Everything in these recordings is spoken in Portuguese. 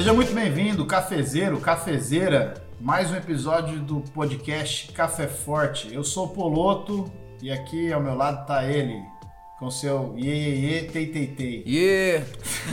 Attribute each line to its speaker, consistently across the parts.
Speaker 1: Seja muito bem-vindo, cafezeiro, cafezeira, mais um episódio do podcast Café Forte. Eu sou o Poloto e aqui ao meu lado tá ele, com seu iê, tei, tei, tei.
Speaker 2: Yeah!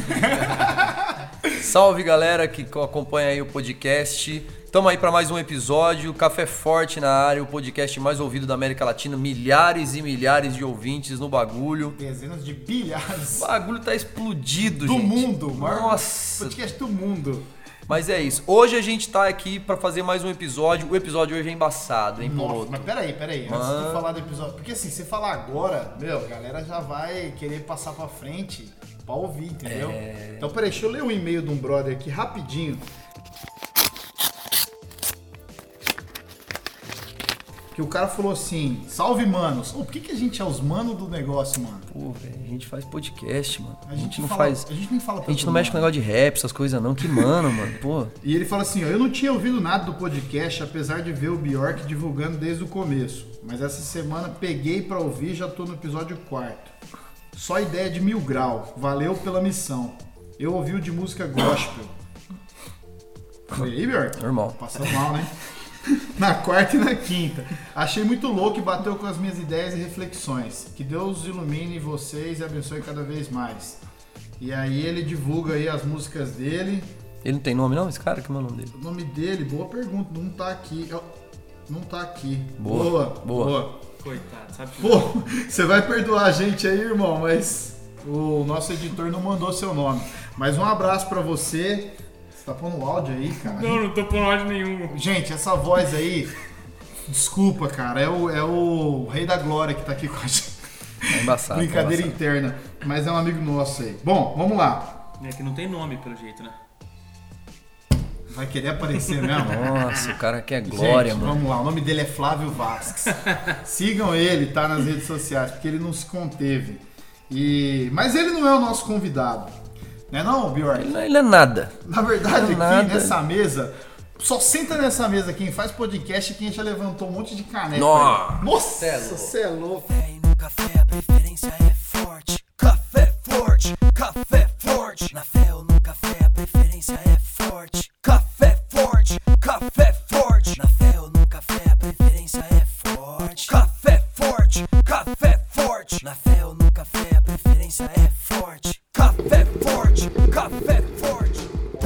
Speaker 2: Salve galera que acompanha aí o podcast. Estamos aí para mais um episódio, Café Forte na área, o podcast mais ouvido da América Latina, milhares e milhares de ouvintes no bagulho.
Speaker 1: Dezenas de bilhares.
Speaker 2: O bagulho tá explodido,
Speaker 1: do
Speaker 2: gente.
Speaker 1: mundo, maior
Speaker 2: Nossa!
Speaker 1: podcast do mundo.
Speaker 2: Mas é isso. Hoje a gente tá aqui para fazer mais um episódio. O episódio hoje é embaçado, hein, Poloto?
Speaker 1: Mas peraí. Antes de falar do episódio. Porque assim, você falar agora, a galera já vai querer passar pra frente pra ouvir, entendeu? Então peraí, deixa eu ler um e-mail de um brother aqui rapidinho. Que o cara falou assim, salve manos. Por que a gente é os manos do negócio, mano?
Speaker 2: Pô, velho, a gente faz podcast, mano.
Speaker 1: A gente não
Speaker 2: faz.
Speaker 1: A gente nem fala
Speaker 2: A gente não mexe com negócio de rap, essas coisas não. Que mano, pô.
Speaker 1: E ele fala assim, ó, eu não tinha ouvido nada do podcast, apesar de ver o Bjork divulgando desde o começo. Mas essa semana peguei pra ouvir e já tô no episódio 4. Só ideia de 1000 grau. Valeu pela missão. Eu ouvi o de música gospel. E aí, Bjork?
Speaker 2: Normal.
Speaker 1: Passando mal, né? Na quarta e na quinta. Achei muito louco e bateu com as minhas ideias e reflexões. Que Deus ilumine vocês e abençoe cada vez mais. E aí ele divulga aí as músicas dele.
Speaker 2: Ele não tem nome não, esse cara? Como é o nome dele?
Speaker 1: O nome dele, boa pergunta, não tá aqui. Não tá aqui.
Speaker 2: Boa.
Speaker 1: Coitado, sabe? Pô, você vai perdoar a gente aí, irmão, mas o nosso editor não mandou seu nome. Mas um abraço pra você. Tá pondo áudio aí, cara?
Speaker 3: Não tô pondo áudio nenhum.
Speaker 1: Gente, essa voz aí, desculpa, cara, é o Rei da Glória que tá aqui com a gente.
Speaker 2: É embaçado.
Speaker 1: Brincadeira interna, mas é um amigo nosso aí. Bom, vamos lá.
Speaker 3: É que não tem nome, pelo jeito, né?
Speaker 1: Vai querer aparecer mesmo?
Speaker 2: Nossa, o cara quer glória,
Speaker 1: gente,
Speaker 2: mano.
Speaker 1: Vamos lá, o nome dele é Flávio Vasques. Sigam ele, tá, nas redes sociais, porque ele não se conteve. Mas ele não é o nosso convidado. Não é não, Bjork?
Speaker 2: Ele é nada.
Speaker 1: Na verdade,
Speaker 2: nada.
Speaker 1: Nessa mesa, só senta nessa mesa quem faz podcast e quem já levantou um monte de caneca. Nossa, você é louco.
Speaker 4: No café a preferência é forte. Café forte, café forte. Na fé ou no café a preferência é forte. Café forte, café forte. Na fé ou no café a preferência é forte. Café forte, café forte. Na fé ou no café a preferência é forte. Café forte, café forte.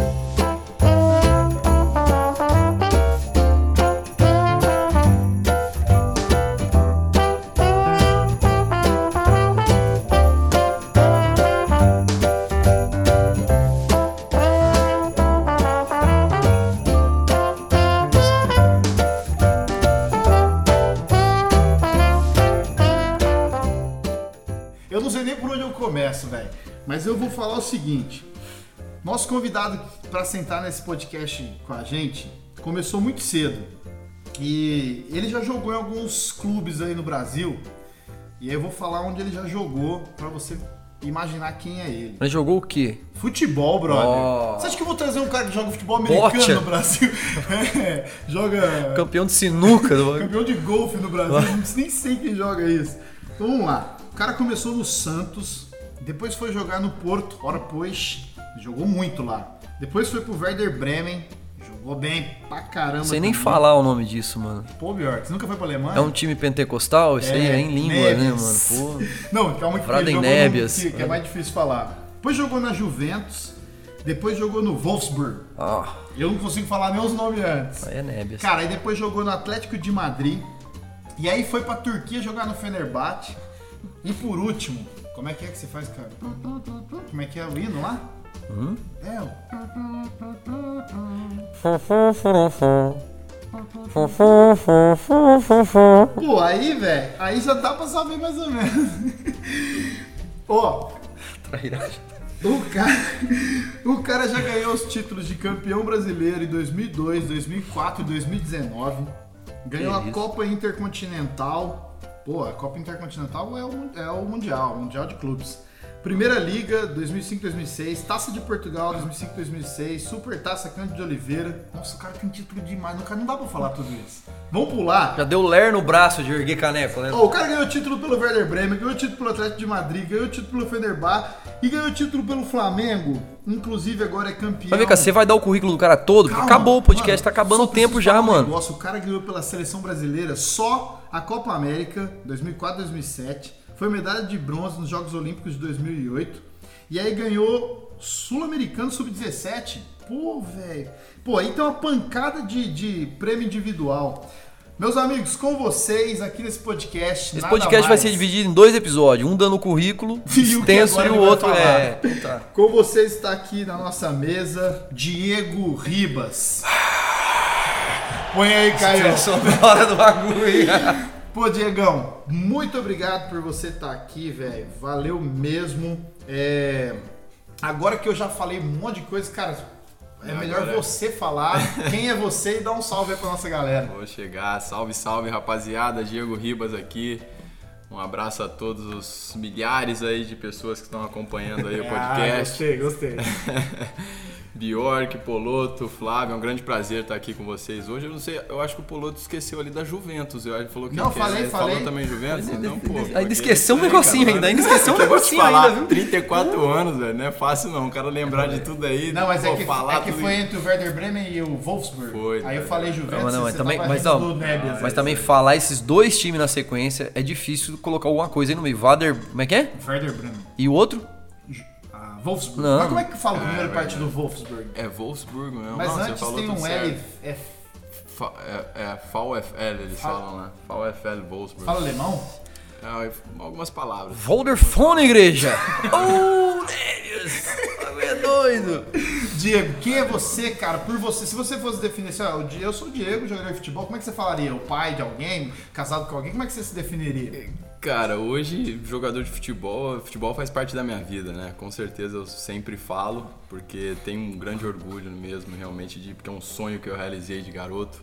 Speaker 1: Eu não sei nem por onde eu começo, velho. Mas eu vou falar o seguinte. Nosso convidado para sentar nesse podcast com a gente começou muito cedo. E ele já jogou em alguns clubes aí no Brasil. E aí eu vou falar onde ele já jogou para você imaginar quem é ele.
Speaker 2: Ele jogou o quê?
Speaker 1: Futebol, brother.
Speaker 2: Oh.
Speaker 1: Você acha que eu vou trazer um cara que joga futebol americano
Speaker 2: Bocha.
Speaker 1: no Brasil? Joga...
Speaker 2: Campeão de sinuca.
Speaker 1: Campeão de golfe no Brasil. Nem sei quem joga isso. Então vamos lá. O cara começou no Santos, depois foi jogar no Porto, ora pois, jogou muito lá. Depois foi pro Werder Bremen, jogou bem pra caramba.
Speaker 2: Não sei nem
Speaker 1: também.
Speaker 2: falar o nome disso, mano.
Speaker 1: Pô, Bjork, você nunca foi pra Alemanha?
Speaker 2: É um time pentecostal? Isso aí é em língua,
Speaker 1: Nébias.
Speaker 2: né, mano? Pô.
Speaker 1: Não, calma que
Speaker 2: Vrada
Speaker 1: ele
Speaker 2: em
Speaker 1: jogou
Speaker 2: Nébias.
Speaker 1: que é mais difícil falar. Depois jogou na Juventus, depois jogou no Wolfsburg.
Speaker 2: Ah,
Speaker 1: Eu não consigo falar nem os nomes antes.
Speaker 2: aí é nébias.
Speaker 1: Cara, aí depois jogou no Atlético de Madrid. E aí foi pra Turquia jogar no Fenerbahçe. E por último, como é que você faz, cara? Como é que é o hino lá? É, Pô, aí, velho, aí já dá pra saber mais ou menos. Ó,
Speaker 2: Trairagem.
Speaker 1: o cara já ganhou os títulos de campeão brasileiro em 2002, 2004 e 2019. Ganhou a Copa Intercontinental. Pô, a Copa Intercontinental é o Mundial de Clubes. Primeira Liga 2005-2006, Taça de Portugal 2005-2006, Super Taça Cândido de Oliveira. Nossa, o cara tem título demais, não dá pra falar tudo isso. Vamos pular.
Speaker 2: Já deu ler no braço de erguer caneco, né?
Speaker 1: O cara ganhou título pelo Werder Bremen, ganhou título pelo Atlético de Madrid, ganhou título pelo Fenerbahçe e ganhou título pelo Flamengo. Inclusive agora é campeão.
Speaker 2: Mas vem cá, você vai dar o currículo do cara todo? Porque
Speaker 1: Calma,
Speaker 2: acabou o podcast,
Speaker 1: mano,
Speaker 2: tá acabando
Speaker 1: só
Speaker 2: o tempo
Speaker 1: preciso
Speaker 2: já,
Speaker 1: falar um
Speaker 2: mano.
Speaker 1: negócio. O cara ganhou pela seleção brasileira só a Copa América 2004-2007, foi medalha de bronze nos Jogos Olímpicos de 2008 e aí ganhou Sul-Americano Sub-17. Pô, velho. Pô, aí tem uma pancada de prêmio individual. Meus amigos, com vocês aqui nesse podcast.
Speaker 2: Esse podcast vai ser dividido em 2 episódios, um dando currículo extenso e o outro
Speaker 1: Tá. Com vocês está aqui na nossa mesa Diego Ribas. Põe aí, Caio.
Speaker 2: Na hora do bagulho.
Speaker 1: Pô, Diegão, muito obrigado por você estar aqui, velho. Valeu mesmo. Agora que eu já falei um monte de coisa, cara, é melhor você falar quem é você e dar um salve aí pra nossa galera.
Speaker 5: Vou chegar. Salve, salve, rapaziada. Diego Ribas aqui. Um abraço a todos os milhares aí de pessoas que estão acompanhando aí o podcast.
Speaker 1: Gostei.
Speaker 5: Bjork, Poloto, Flávio, é um grande prazer estar aqui com vocês hoje. Eu não sei, eu acho que o Poloto esqueceu ali da Juventus. Ele falou que
Speaker 1: não,
Speaker 5: falei.
Speaker 1: Falou
Speaker 5: também Juventus? Então, pô.
Speaker 2: Ainda esqueceu um negocinho ainda esqueceu um
Speaker 5: Eu vou te
Speaker 2: negocinho
Speaker 5: falar,
Speaker 2: ainda, viu?
Speaker 5: 34 anos, velho, não é fácil não, o cara lembrar de tudo aí.
Speaker 1: Não, mas
Speaker 5: pô,
Speaker 1: é que
Speaker 5: tudo
Speaker 1: foi
Speaker 5: isso.
Speaker 1: entre o Werder Bremen e o Wolfsburg.
Speaker 5: Foi,
Speaker 1: aí eu falei Juventus,
Speaker 2: Não, mas
Speaker 1: você
Speaker 2: também,
Speaker 1: tava
Speaker 2: mas,
Speaker 1: rindo
Speaker 2: ó,
Speaker 1: do Nebias.
Speaker 2: mas também falar esses 2 times na sequência é difícil colocar alguma coisa aí no meio. Vader, como é que é?
Speaker 1: Werder Bremen.
Speaker 2: E o outro?
Speaker 1: Wolfsburg.
Speaker 2: Não.
Speaker 1: Mas como é que fala a primeira parte do Wolfsburg?
Speaker 5: É Wolfsburg mesmo.
Speaker 1: Mas
Speaker 5: Não, você
Speaker 1: antes
Speaker 5: falou
Speaker 1: tem
Speaker 5: tudo
Speaker 1: um
Speaker 5: certo.
Speaker 1: L.
Speaker 5: VfL, eles falam lá. VfL Wolfsburg.
Speaker 1: Fala alemão?
Speaker 5: Algumas palavras.
Speaker 2: Volderfone, igreja! Oh, Neves! É doido!
Speaker 1: Diego, quem é você, cara? Por você, se você fosse definir assim, eu sou o Diego, jogador de futebol, como é que você falaria? O pai de alguém, casado com alguém, como é que você se definiria?
Speaker 5: Cara, hoje, jogador de futebol faz parte da minha vida, né? Com certeza eu sempre falo, porque tenho um grande orgulho mesmo, realmente, porque é um sonho que eu realizei de garoto.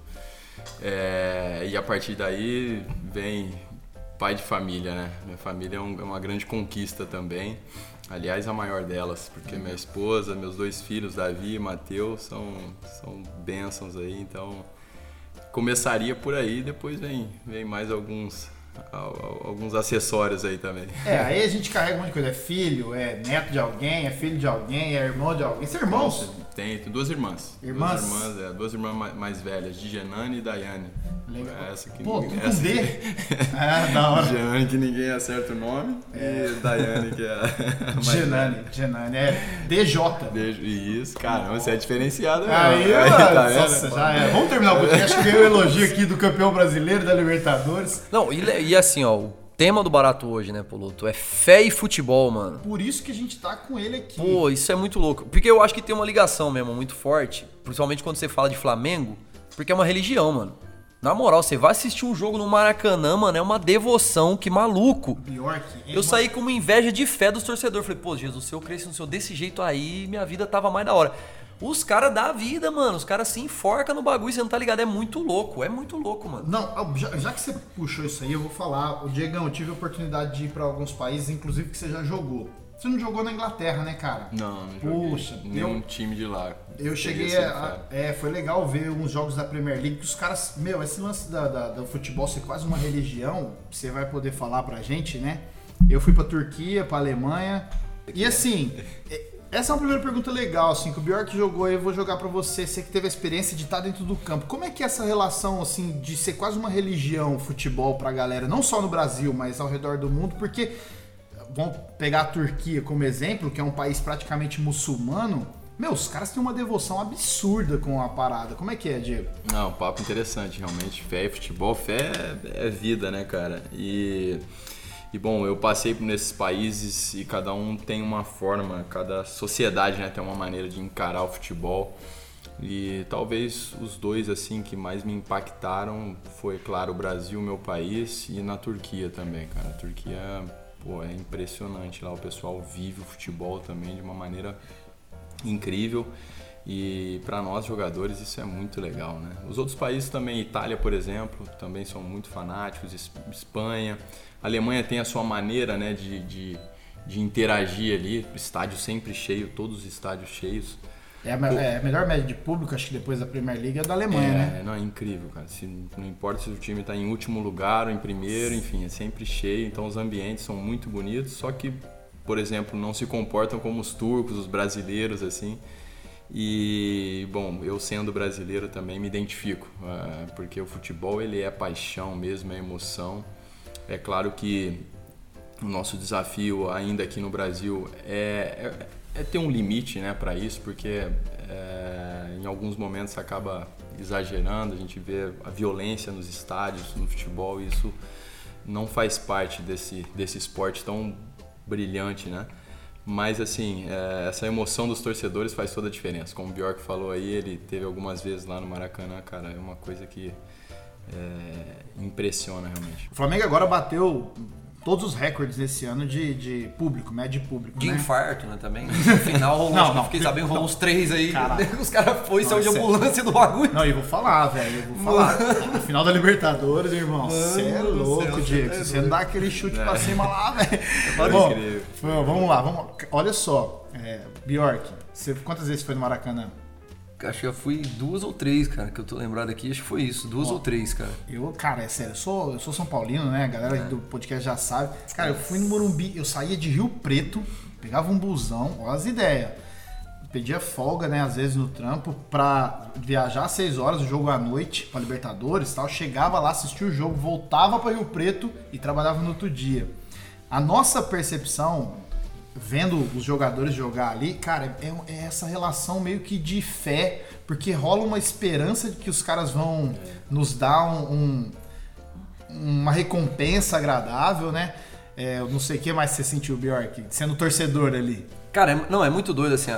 Speaker 5: E a partir daí vem pai de família, né? Minha família é uma grande conquista também. Aliás, a maior delas, porque minha esposa, meus 2 filhos, Davi e Matheus, são bênçãos aí. Então, começaria por aí, depois vem mais alguns acessórios aí também.
Speaker 1: Aí a gente carrega um monte de coisa. É filho, é neto de alguém, é filho de alguém, é irmão de alguém. São irmãos?
Speaker 5: Tem 2 irmãs.
Speaker 1: Irmãs?
Speaker 5: 2 irmãs mais velhas, Digenane e Daiane.
Speaker 1: Legal.
Speaker 5: Essa que
Speaker 1: Pô,
Speaker 5: ninguém-
Speaker 1: tudo com
Speaker 5: essa
Speaker 1: D.
Speaker 5: que-
Speaker 1: Da hora.
Speaker 5: Digenane que ninguém acerta o nome e Daiane que é a mais velha.
Speaker 1: Genane, DJ.
Speaker 5: Beijo. Isso, caramba, você é diferenciado.
Speaker 1: Aí,
Speaker 5: mesmo.
Speaker 1: mano,
Speaker 5: Tá vendo?
Speaker 1: nossa, já é. Vamos terminar o podcast que veio o elogio aqui do campeão brasileiro da Libertadores.
Speaker 2: Não, e assim, ó, o tema do Barato hoje, né, Poloto, é fé e futebol, mano.
Speaker 1: Por isso que a gente tá com ele aqui.
Speaker 2: Pô, isso é muito louco. Porque eu acho que tem uma ligação mesmo muito forte, principalmente quando você fala de Flamengo, porque é uma religião, mano. Na moral, você vai assistir um jogo no Maracanã, mano, é uma devoção, que maluco.
Speaker 1: Bjork.
Speaker 2: Eu saí com uma inveja de fé dos torcedores. Falei, pô, Jesus, se eu cresci no seu desse jeito aí, minha vida tava mais da hora. Os caras dão a vida, mano. Os caras se enforcam no bagulho, você não tá ligado? É muito louco, mano.
Speaker 1: Não, já que você puxou isso aí, eu vou falar. O Diegão, eu tive a oportunidade de ir pra alguns países, inclusive que você já jogou. Você não jogou na Inglaterra, né, cara?
Speaker 5: Não joguei.
Speaker 1: Puxa,
Speaker 5: Nenhum time de lá.
Speaker 1: Eu cheguei foi legal ver uns jogos da Premier League que os caras, esse lance do futebol ser quase uma religião, você vai poder falar pra gente, né? Eu fui pra Turquia, pra Alemanha, e assim, essa é uma primeira pergunta legal, assim, que o Bjork jogou, eu vou jogar pra você que teve a experiência de estar dentro do campo. Como é que é essa relação, assim, de ser quase uma religião, o futebol pra galera, não só no Brasil, mas ao redor do mundo, porque, vamos pegar a Turquia como exemplo, que é um país praticamente muçulmano. Meu, os caras têm uma devoção absurda com a parada. Como é que é, Diego?
Speaker 5: Não, papo interessante, realmente. Fé e futebol, fé é vida, né, cara? E bom, eu passei por nesses países e cada um tem uma forma, cada sociedade, né, tem uma maneira de encarar o futebol. E talvez os 2, assim, que mais me impactaram foi, claro, o Brasil, meu país, e na Turquia também, cara. A Turquia, pô, é impressionante lá, o pessoal vive o futebol também de uma maneira incrível e para nós jogadores isso é muito legal, né? Os outros países também, Itália, por exemplo, também são muito fanáticos, Espanha, a Alemanha tem a sua maneira, né, de de interagir ali, estádio sempre cheio, todos os estádios cheios.
Speaker 1: É a melhor média de público, acho que depois da Premier League, é da Alemanha, né?
Speaker 5: Não, é incrível, cara. Não importa se o time está em último lugar ou em primeiro, enfim, é sempre cheio. Então os ambientes são muito bonitos, só que, por exemplo, não se comportam como os turcos, os brasileiros, assim. E, bom, eu sendo brasileiro também me identifico, porque o futebol ele é paixão mesmo, é emoção. É claro que o nosso desafio ainda aqui no Brasil é ter um limite, né, para isso, porque em alguns momentos acaba exagerando, a gente vê a violência nos estádios, no futebol, e isso não faz parte desse esporte tão brilhante, né? Mas assim, essa emoção dos torcedores faz toda a diferença. Como o Bjork falou aí, ele teve algumas vezes lá no Maracanã, cara, é uma coisa que impressiona realmente.
Speaker 1: O Flamengo agora bateu todos os recordes nesse ano de público, média de público,
Speaker 2: de
Speaker 1: né?
Speaker 2: infarto, né, também. No final rolou,
Speaker 1: Não,
Speaker 2: fiquei sabendo, rolou uns 3 aí.
Speaker 1: Caraca.
Speaker 2: Os caras foram e saiu de
Speaker 1: Nossa,
Speaker 2: ambulância do bagulho.
Speaker 1: Não, eu vou falar, velho, No final da Libertadores, irmão, você é
Speaker 2: do
Speaker 1: louco,
Speaker 2: céu,
Speaker 1: Diego.
Speaker 2: cê é
Speaker 1: Se você
Speaker 2: doido.
Speaker 1: não dá aquele chute pra cima lá, velho.
Speaker 5: incrível.
Speaker 1: Bom, vamos lá. Olha só, Bjork, quantas vezes foi no Maracanã?
Speaker 2: Acho que já fui 2 ou 3, cara, que eu tô lembrado aqui. Acho que foi isso, 2 ou 3, cara.
Speaker 1: Cara, é sério, eu sou São Paulino, né? A galera do podcast já sabe. Cara, eu fui no Morumbi, eu saía de Rio Preto, pegava um busão, olha as ideias. Pedia folga, né, às vezes no trampo, pra viajar às 6 horas, o jogo à noite, pra Libertadores e tal. Chegava lá, assistia o jogo, voltava pra Rio Preto e trabalhava no outro dia. A nossa percepção, vendo os jogadores jogar ali, cara, é essa relação meio que de fé, porque rola uma esperança de que os caras vão nos dar uma recompensa agradável, né? Eu não sei o que mais você sentiu, Bjork, sendo torcedor ali.
Speaker 2: Cara, é muito doido, assim,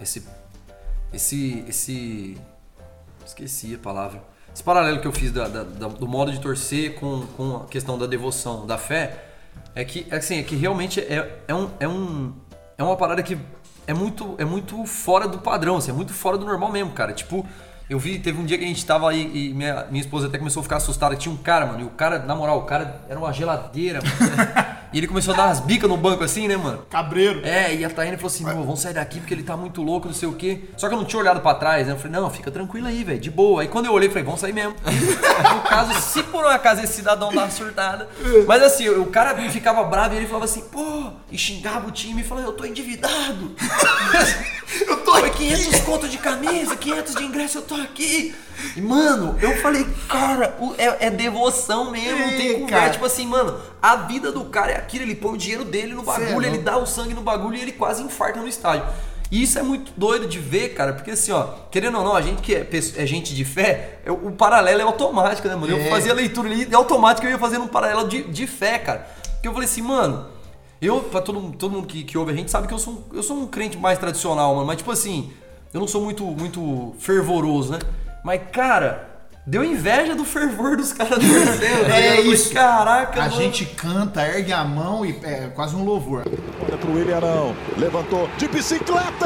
Speaker 2: esqueci a palavra. Esse paralelo que eu fiz do modo de torcer com a questão da devoção, da fé, é que realmente é uma parada que é muito fora do padrão, assim, é muito fora do normal mesmo, cara. Tipo, teve um dia que a gente tava aí e minha esposa até começou a ficar assustada, tinha um cara, mano, e o cara, na moral, o cara era uma geladeira, mano. E ele começou a dar umas bicas no banco assim, né, mano?
Speaker 1: Cabreiro.
Speaker 2: E a Taína falou assim, vamos sair daqui porque ele tá muito louco, não sei o quê. Só que eu não tinha olhado pra trás, né? Eu falei, não, fica tranquilo aí, velho, de boa. Aí quando eu olhei, falei, vamos sair mesmo. No caso, se por um acaso esse cidadão dá uma surtada. Mas assim, o cara ficava bravo e ele falava assim, pô, e xingava o time e falava, eu tô endividado. Foi 500 conto de camisa, 500 de ingresso, eu tô aqui. E, mano, eu falei, cara, é devoção mesmo, não tem conversa.
Speaker 1: Cara.
Speaker 2: Tipo assim, mano, a vida do cara é aquilo, ele põe o dinheiro dele no bagulho, ele dá o sangue no bagulho e ele quase infarta no estádio. E isso é muito doido de ver, cara, porque assim, ó, querendo ou não, a gente que é gente de fé, o paralelo é automático, né, mano? Eu fazia a leitura ali, é automático, eu ia fazendo um paralelo de fé, cara. Porque eu falei assim, mano, pra todo mundo que ouve a gente sabe que eu sou um crente mais tradicional, mano, mas tipo assim, eu não sou muito fervoroso, né? Mas, cara, deu inveja do fervor dos caras torcendo.
Speaker 1: É isso.
Speaker 2: Falei, caraca,
Speaker 1: A
Speaker 2: mano.
Speaker 1: gente canta, ergue a mão e é quase um louvor.
Speaker 6: Olha pro William Arão, levantou de bicicleta!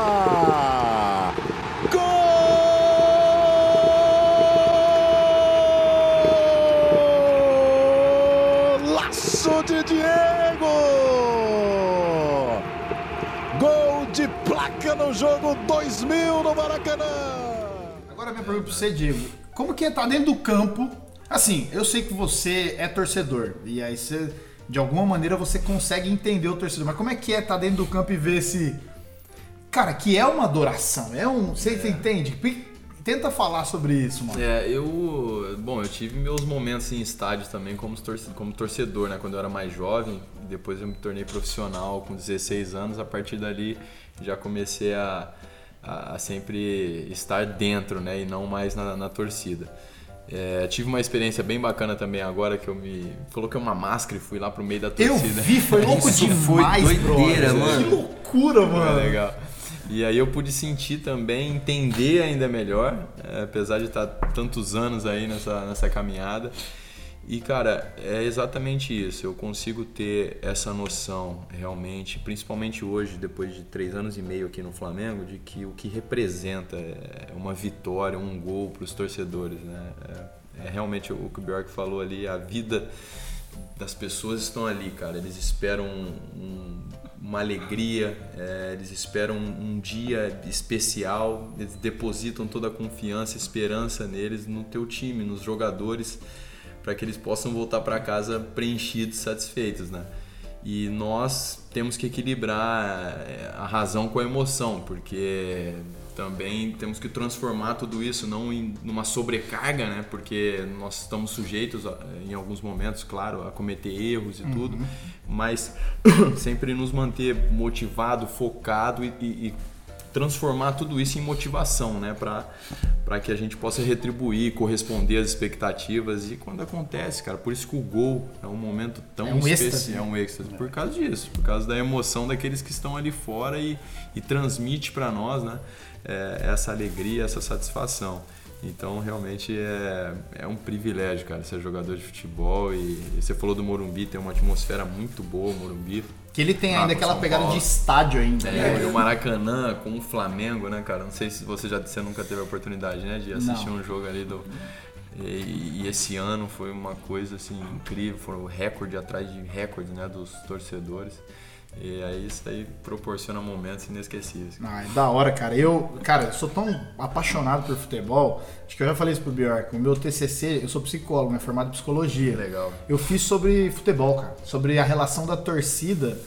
Speaker 6: Golaço de Diego! Gol de placa no jogo 2000 no Maracanã!
Speaker 1: Agora minha pergunta pra você, Diego. Como que é estar dentro do campo? Assim, eu sei que você é torcedor. E aí você, de alguma maneira, você consegue entender o torcedor. Mas como é que é estar dentro do campo e ver esse... Cara, que é uma adoração. Você entende? Tenta falar sobre isso, mano.
Speaker 5: Eu tive meus momentos em estádio também como torcedor, né? Quando eu era mais jovem. Depois eu me tornei profissional com 16 anos. A partir dali já comecei a sempre estar dentro, né, e não mais na torcida. Tive uma experiência bem bacana também agora que eu me coloquei uma máscara e fui lá pro meio da torcida.
Speaker 1: Eu vi, foi louco
Speaker 2: Isso
Speaker 1: demais,
Speaker 2: foi doideira,
Speaker 1: brother.
Speaker 2: mano.
Speaker 1: Que loucura, mano.
Speaker 5: Legal. E aí eu pude sentir também, entender ainda melhor, apesar de estar tantos anos aí nessa caminhada. E, cara, é exatamente isso. Eu consigo ter essa noção realmente, principalmente hoje, depois de 3 anos e meio aqui no Flamengo, de que o que representa é uma vitória, um gol para os torcedores, né? É realmente o que o Bjork falou ali, a vida das pessoas estão ali, cara. Eles esperam uma alegria, eles esperam um dia especial, eles depositam toda a confiança, esperança neles, no teu time, nos jogadores, para que eles possam voltar para casa preenchidos, satisfeitos, né? E nós temos que equilibrar a razão com a emoção, porque também temos que transformar tudo isso não em uma sobrecarga, né? Porque nós estamos sujeitos em alguns momentos, claro, a cometer erros e tudo, mas sempre nos manter motivado, focado e transformar tudo isso em motivação, né? Para que a gente possa retribuir, corresponder às expectativas. E quando acontece, cara, por isso que o gol é um momento tão especial, é um êxtase, por causa disso, por causa da emoção daqueles que estão ali fora e transmite para nós, né? Essa alegria, essa satisfação. Então, realmente é um privilégio, cara, ser jogador de futebol. E você falou do Morumbi, tem uma atmosfera muito boa, o Morumbi.
Speaker 1: Que ele tem ainda aquela
Speaker 5: São
Speaker 1: pegada
Speaker 5: Paulo.
Speaker 1: de estádio ainda.
Speaker 5: E o Maracanã com o Flamengo, né, cara? Não sei se você nunca teve a oportunidade, né, de assistir um jogo ali E esse ano foi uma coisa assim incrível, foi um recorde atrás de recorde, né, dos torcedores. E aí isso aí proporciona momentos inesquecíveis.
Speaker 1: É da hora, cara. Eu sou tão apaixonado por futebol. Acho que eu já falei isso pro Bjork. O meu TCC, eu sou psicólogo, né, formado em psicologia.
Speaker 5: Legal.
Speaker 1: Eu fiz sobre futebol, cara. Sobre a relação da torcida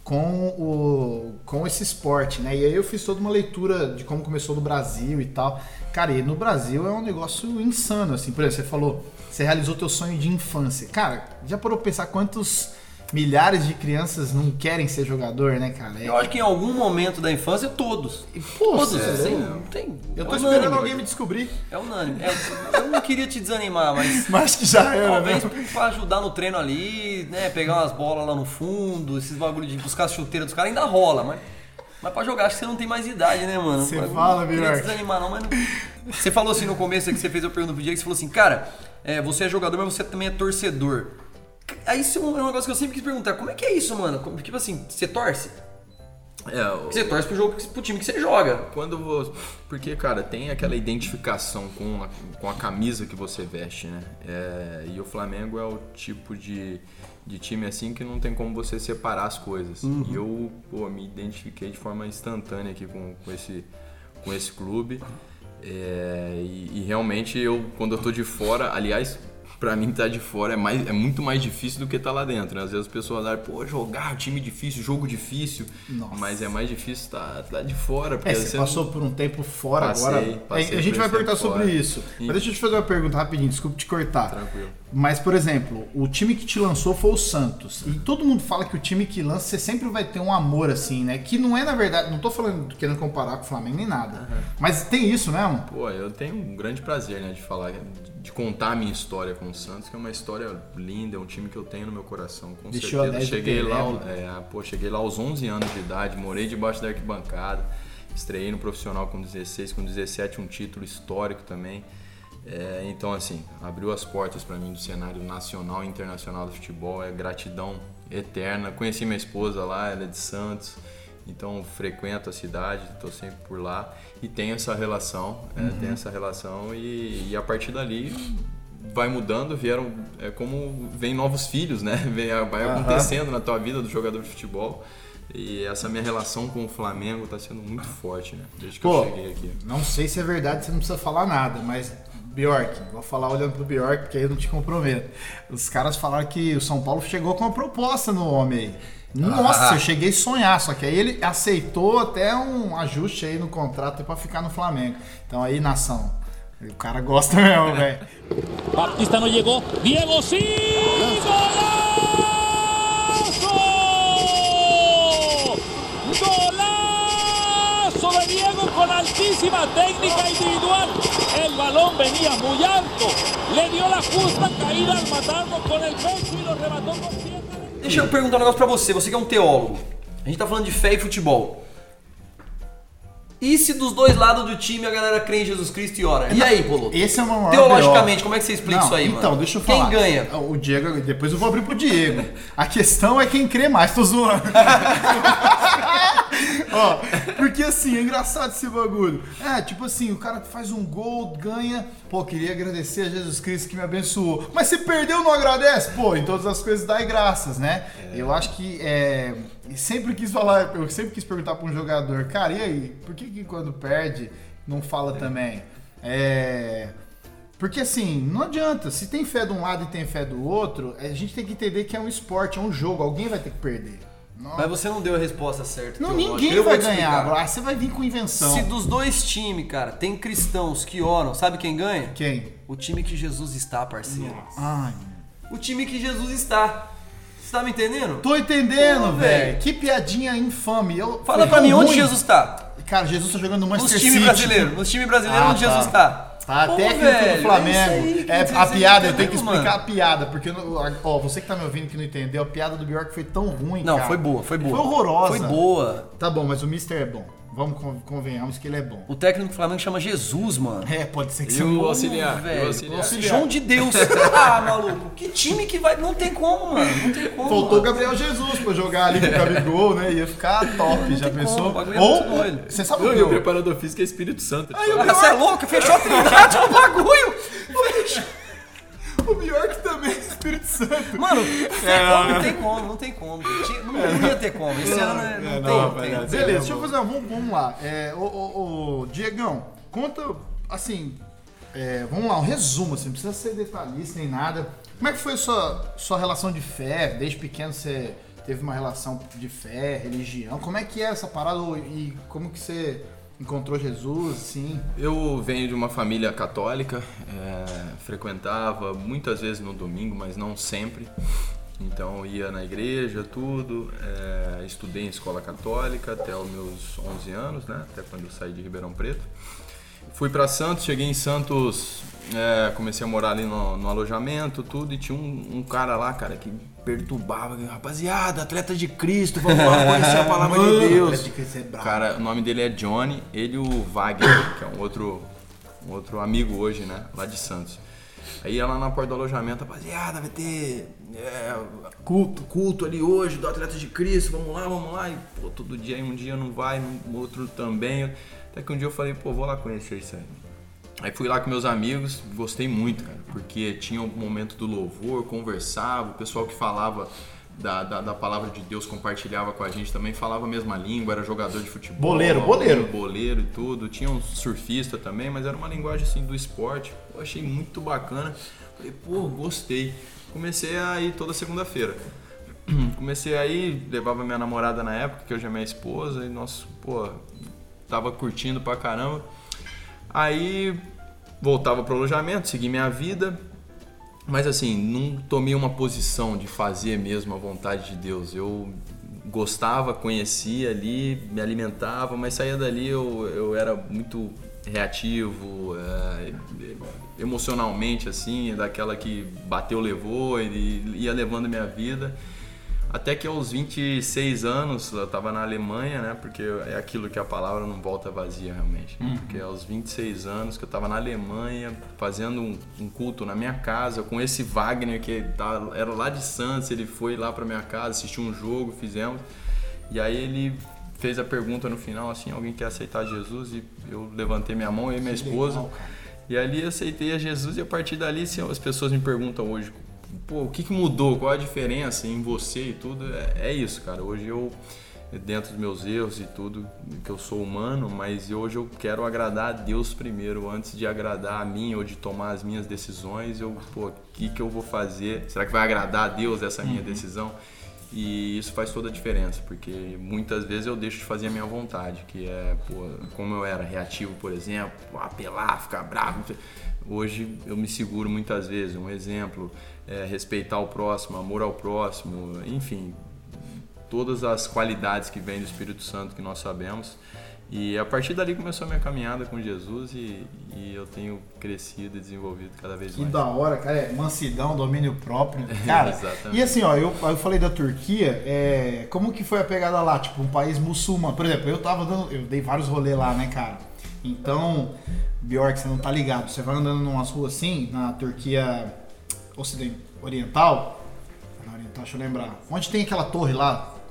Speaker 1: com esse esporte, né? E aí eu fiz toda uma leitura de como começou no Brasil e tal. Cara, e no Brasil é um negócio insano, assim. Por exemplo, você falou, você realizou teu sonho de infância. Cara, já parou pra pensar quantos milhares de crianças não querem ser jogador, né, cara?
Speaker 2: Eu acho que em algum momento da infância, todos. Todos, assim, não tem...
Speaker 1: Eu tô
Speaker 2: é
Speaker 1: esperando
Speaker 2: unânime,
Speaker 1: alguém me descobrir.
Speaker 2: É unânime. Eu não queria te desanimar, mas...
Speaker 1: Mas que já era,
Speaker 2: Talvez
Speaker 1: né?
Speaker 2: pra ajudar no treino ali, né? Pegar umas bolas lá no fundo, esses bagulho de buscar as chuteiras dos caras ainda rola, mas pra jogar acho que você não tem mais idade, né, mano?
Speaker 1: Você fala,
Speaker 2: Não queria
Speaker 1: Bjork.
Speaker 2: te desanimar não, mas não... Você falou assim no começo que você fez a pergunta pro Diego, você falou assim, cara, você é jogador, mas você também é torcedor. Aí isso é um negócio que eu sempre quis perguntar, como é que é isso, mano? Tipo assim, você torce? Você torce pro time que você joga.
Speaker 5: Porque, cara, tem aquela identificação com a camisa que você veste, né? E o Flamengo é o tipo de time assim que não tem como você separar as coisas. E eu me identifiquei de forma instantânea aqui com esse clube. E realmente quando eu tô de fora, aliás, pra mim estar de fora é muito mais difícil do que estar lá dentro, né? Às vezes as pessoas falam, jogar, time difícil, jogo difícil.
Speaker 1: Nossa.
Speaker 5: Mas é mais difícil estar de fora. Porque
Speaker 1: Você passou por um tempo fora
Speaker 5: Passei
Speaker 1: agora. A gente vai perguntar sobre
Speaker 5: fora.
Speaker 1: isso. Mas deixa eu te fazer uma pergunta rapidinho, desculpa te cortar.
Speaker 5: Tranquilo.
Speaker 1: Mas, por exemplo, o time que te lançou foi o Santos. E todo mundo fala que o time que lança, você sempre vai ter um amor assim, né? Que não é, na verdade, não tô querendo comparar com o Flamengo nem nada. Mas tem isso mesmo?
Speaker 5: Eu tenho um grande prazer, né, de falar, de contar a minha história com o Santos, que é uma história linda, é um time que eu tenho no meu coração, com
Speaker 1: Deixou
Speaker 5: certeza.
Speaker 1: a 10
Speaker 5: Cheguei lá aos 11 anos de idade, morei debaixo da arquibancada, estreiei no profissional com 16, com 17 um título histórico também. Então, assim, abriu as portas para mim do cenário nacional e internacional do futebol, gratidão eterna. Conheci minha esposa lá, ela é de Santos, então frequento a cidade, estou sempre por lá e tenho essa relação, e a partir dali vai mudando, como vem novos filhos, né? Vai acontecendo na tua vida do jogador de futebol. E essa minha relação com o Flamengo está sendo muito forte, né? Desde que eu cheguei aqui.
Speaker 1: Não sei se é verdade, você não precisa falar nada, mas Bjork, vou falar olhando pro Bjork, porque aí eu não te comprometo. Os caras falaram que o São Paulo chegou com uma proposta no homem aí. Nossa, eu cheguei a sonhar, só que aí ele aceitou até um ajuste aí no contrato pra ficar no Flamengo. Então aí, nação, o cara gosta mesmo, velho.
Speaker 7: Batista no llegó. Diego, sí. ¡Golazo! ¡Golazo de Diego con altísima técnica individual! El balón venía muy alto. Le dio la justa caída al matarlo con el pecho y lo remató con pierna.
Speaker 2: Deixa eu perguntar um negócio pra você que é um teólogo. A gente tá falando de fé e futebol. E se dos dois lados do time a galera crê em Jesus Cristo e ora? E aí, Poloto?
Speaker 1: Esse é o maior
Speaker 2: Teologicamente, como é que você explica isso aí,
Speaker 1: então,
Speaker 2: mano?
Speaker 1: deixa eu falar.
Speaker 2: Quem ganha?
Speaker 1: O Diego, depois eu vou abrir pro Diego. A questão é quem crê mais, tô zoando. Ó, porque assim, é engraçado esse bagulho. Tipo assim, o cara faz um gol, ganha. Pô, queria agradecer a Jesus Cristo que me abençoou. Mas se perdeu, não agradece? Pô, em todas as coisas dai graças, né? Eu acho que eu sempre quis perguntar pra um jogador, cara, e aí, por que quando perde não fala também? Porque assim, não adianta, se tem fé de um lado e tem fé do outro, a gente tem que entender que é um esporte, é um jogo, alguém vai ter que perder.
Speaker 2: Mas você não deu a resposta certa.
Speaker 1: Não, ninguém vai ganhar, agora você vai vir com invenção.
Speaker 2: Se dos dois times, cara, tem cristãos que oram, sabe quem ganha?
Speaker 1: Quem?
Speaker 2: O time que Jesus está, parceiro.
Speaker 1: Ai,
Speaker 2: O time que Jesus está. Você tá me entendendo?
Speaker 1: tô entendendo,
Speaker 2: Pô,
Speaker 1: velho. Que piadinha infame.
Speaker 2: Fala pra mim, onde Jesus está?
Speaker 1: Cara, Jesus tá jogando no
Speaker 2: Nos
Speaker 1: Manchester
Speaker 2: times
Speaker 1: City.
Speaker 2: brasileiros. Nos times brasileiros, onde Jesus está?
Speaker 1: Tá,
Speaker 2: Pô,
Speaker 1: técnico
Speaker 2: velho,
Speaker 1: do Flamengo.
Speaker 2: é isso aí que
Speaker 1: A
Speaker 2: você
Speaker 1: piada,
Speaker 2: entendeu,
Speaker 1: eu tenho que explicar
Speaker 2: mano.
Speaker 1: a piada, porque você que tá me ouvindo que não entendeu, a piada do Bjork foi tão ruim,
Speaker 2: Não,
Speaker 1: cara.
Speaker 2: foi boa.
Speaker 1: Foi horrorosa.
Speaker 2: Foi boa.
Speaker 1: Tá bom, mas o Mister é bom. Vamos convenhamos que ele é bom.
Speaker 2: O técnico do Flamengo chama Jesus, mano.
Speaker 1: Pode ser que
Speaker 5: E
Speaker 1: você
Speaker 5: o
Speaker 1: não
Speaker 5: auxiliar?
Speaker 2: velho.
Speaker 5: E o auxiliar?
Speaker 2: João de Deus. Ah, maluco. Que time que vai... Não tem como, mano. Não tem como.
Speaker 1: Faltou o
Speaker 2: mano.
Speaker 1: Gabriel Jesus pra jogar ali com o Gabigol, né? Ia ficar top, já
Speaker 2: tem
Speaker 1: pensou?
Speaker 2: como, o bagulho é muito
Speaker 1: Ou,
Speaker 2: doido.
Speaker 1: você sabe
Speaker 5: Não,
Speaker 1: o
Speaker 5: e
Speaker 1: que
Speaker 5: o preparador físico é Espírito Santo.
Speaker 2: Ah, você é louco? Fechou a trindade no bagulho.
Speaker 1: O Bjork também é Espírito Santo.
Speaker 2: Mano, não tem como. Não ia ter como. Esse ano não tem.
Speaker 1: Beleza, deixa eu fazer vamos lá. Ô, Diegão, conta, assim, vamos lá, um resumo, assim, não precisa ser detalhista nem nada. Como é que foi a sua relação de fé? Desde pequeno você teve uma relação de fé, religião. Como é que é essa parada e como que você encontrou Jesus, assim?
Speaker 5: Eu venho de uma família católica, frequentava muitas vezes no domingo, mas não sempre. Então ia na igreja, tudo, estudei em escola católica até os meus 11 anos, né? Até quando eu saí de Ribeirão Preto. Fui para Santos, cheguei em Santos, comecei a morar ali no alojamento, tudo, e tinha um cara lá, cara, que perturbava, rapaziada, atleta de Cristo, vamos lá conhecer a palavra de Deus. Cara, o nome dele é Johnny, ele e o Wagner, que é um outro amigo hoje, né, lá de Santos. Aí ia lá na porta do alojamento, rapaziada, vai ter culto ali hoje do atleta de Cristo, vamos lá, e pô, todo dia, um dia não vai, no outro também. Até que um dia eu falei, pô, vou lá conhecer isso aí. Aí fui lá com meus amigos, gostei muito, cara, porque tinha um momento do louvor, conversava, o pessoal que falava da palavra de Deus compartilhava com a gente, também falava a mesma língua, era jogador de futebol. Boleiro e tudo. Tinha um surfista também, mas era uma linguagem assim do esporte. Pô, achei muito bacana. Falei, pô, gostei. Comecei a ir toda segunda-feira. Comecei a ir, levava minha namorada na época, que hoje é minha esposa, e nossa, pô, tava curtindo pra caramba. Aí voltava pro alojamento, segui minha vida, mas assim, não tomei uma posição de fazer mesmo a vontade de Deus. Eu gostava, conhecia ali, me alimentava, mas saía dali eu era muito reativo, emocionalmente assim, daquela que bateu, levou e ia levando minha vida. Até que aos 26 anos, eu estava na Alemanha, né? Porque é aquilo que a palavra não volta vazia realmente. Né? Porque aos 26 anos que eu estava na Alemanha, fazendo um culto na minha casa, com esse Wagner que era lá de Santos, ele foi lá para minha casa, assistiu um jogo, fizemos. E aí ele fez a pergunta no final, assim, alguém quer aceitar Jesus? E eu levantei minha mão, eu e minha esposa. Legal, e ali aceitei a Jesus e a partir dali, assim, as pessoas me perguntam hoje, pô, o que mudou? Qual a diferença em você e tudo? É isso, cara. Hoje eu, dentro dos meus erros e tudo, que eu sou humano, mas hoje eu quero agradar a Deus primeiro, antes de agradar a mim ou de tomar as minhas decisões. O que eu vou fazer? Será que vai agradar a Deus essa minha decisão? E isso faz toda a diferença, porque muitas vezes eu deixo de fazer a minha vontade, que é, pô, como eu era reativo, por exemplo, apelar, ficar bravo. Hoje eu me seguro muitas vezes. Um exemplo, respeitar o próximo, amor ao próximo, enfim, todas as qualidades que vêm do Espírito Santo que nós sabemos. E a partir dali começou a minha caminhada com Jesus e eu tenho crescido e desenvolvido cada vez mais.
Speaker 1: Que da hora, cara, mansidão, domínio próprio, cara.
Speaker 5: Exatamente.
Speaker 1: E assim, ó, eu falei da Turquia, como que foi a pegada lá? Tipo, um país muçulmano. Por exemplo, eu dei vários rolês lá, né, cara? Então, Bjork, você não tá ligado, você vai andando numas ruas assim, na Turquia oriental, deixa eu lembrar, onde tem aquela torre lá?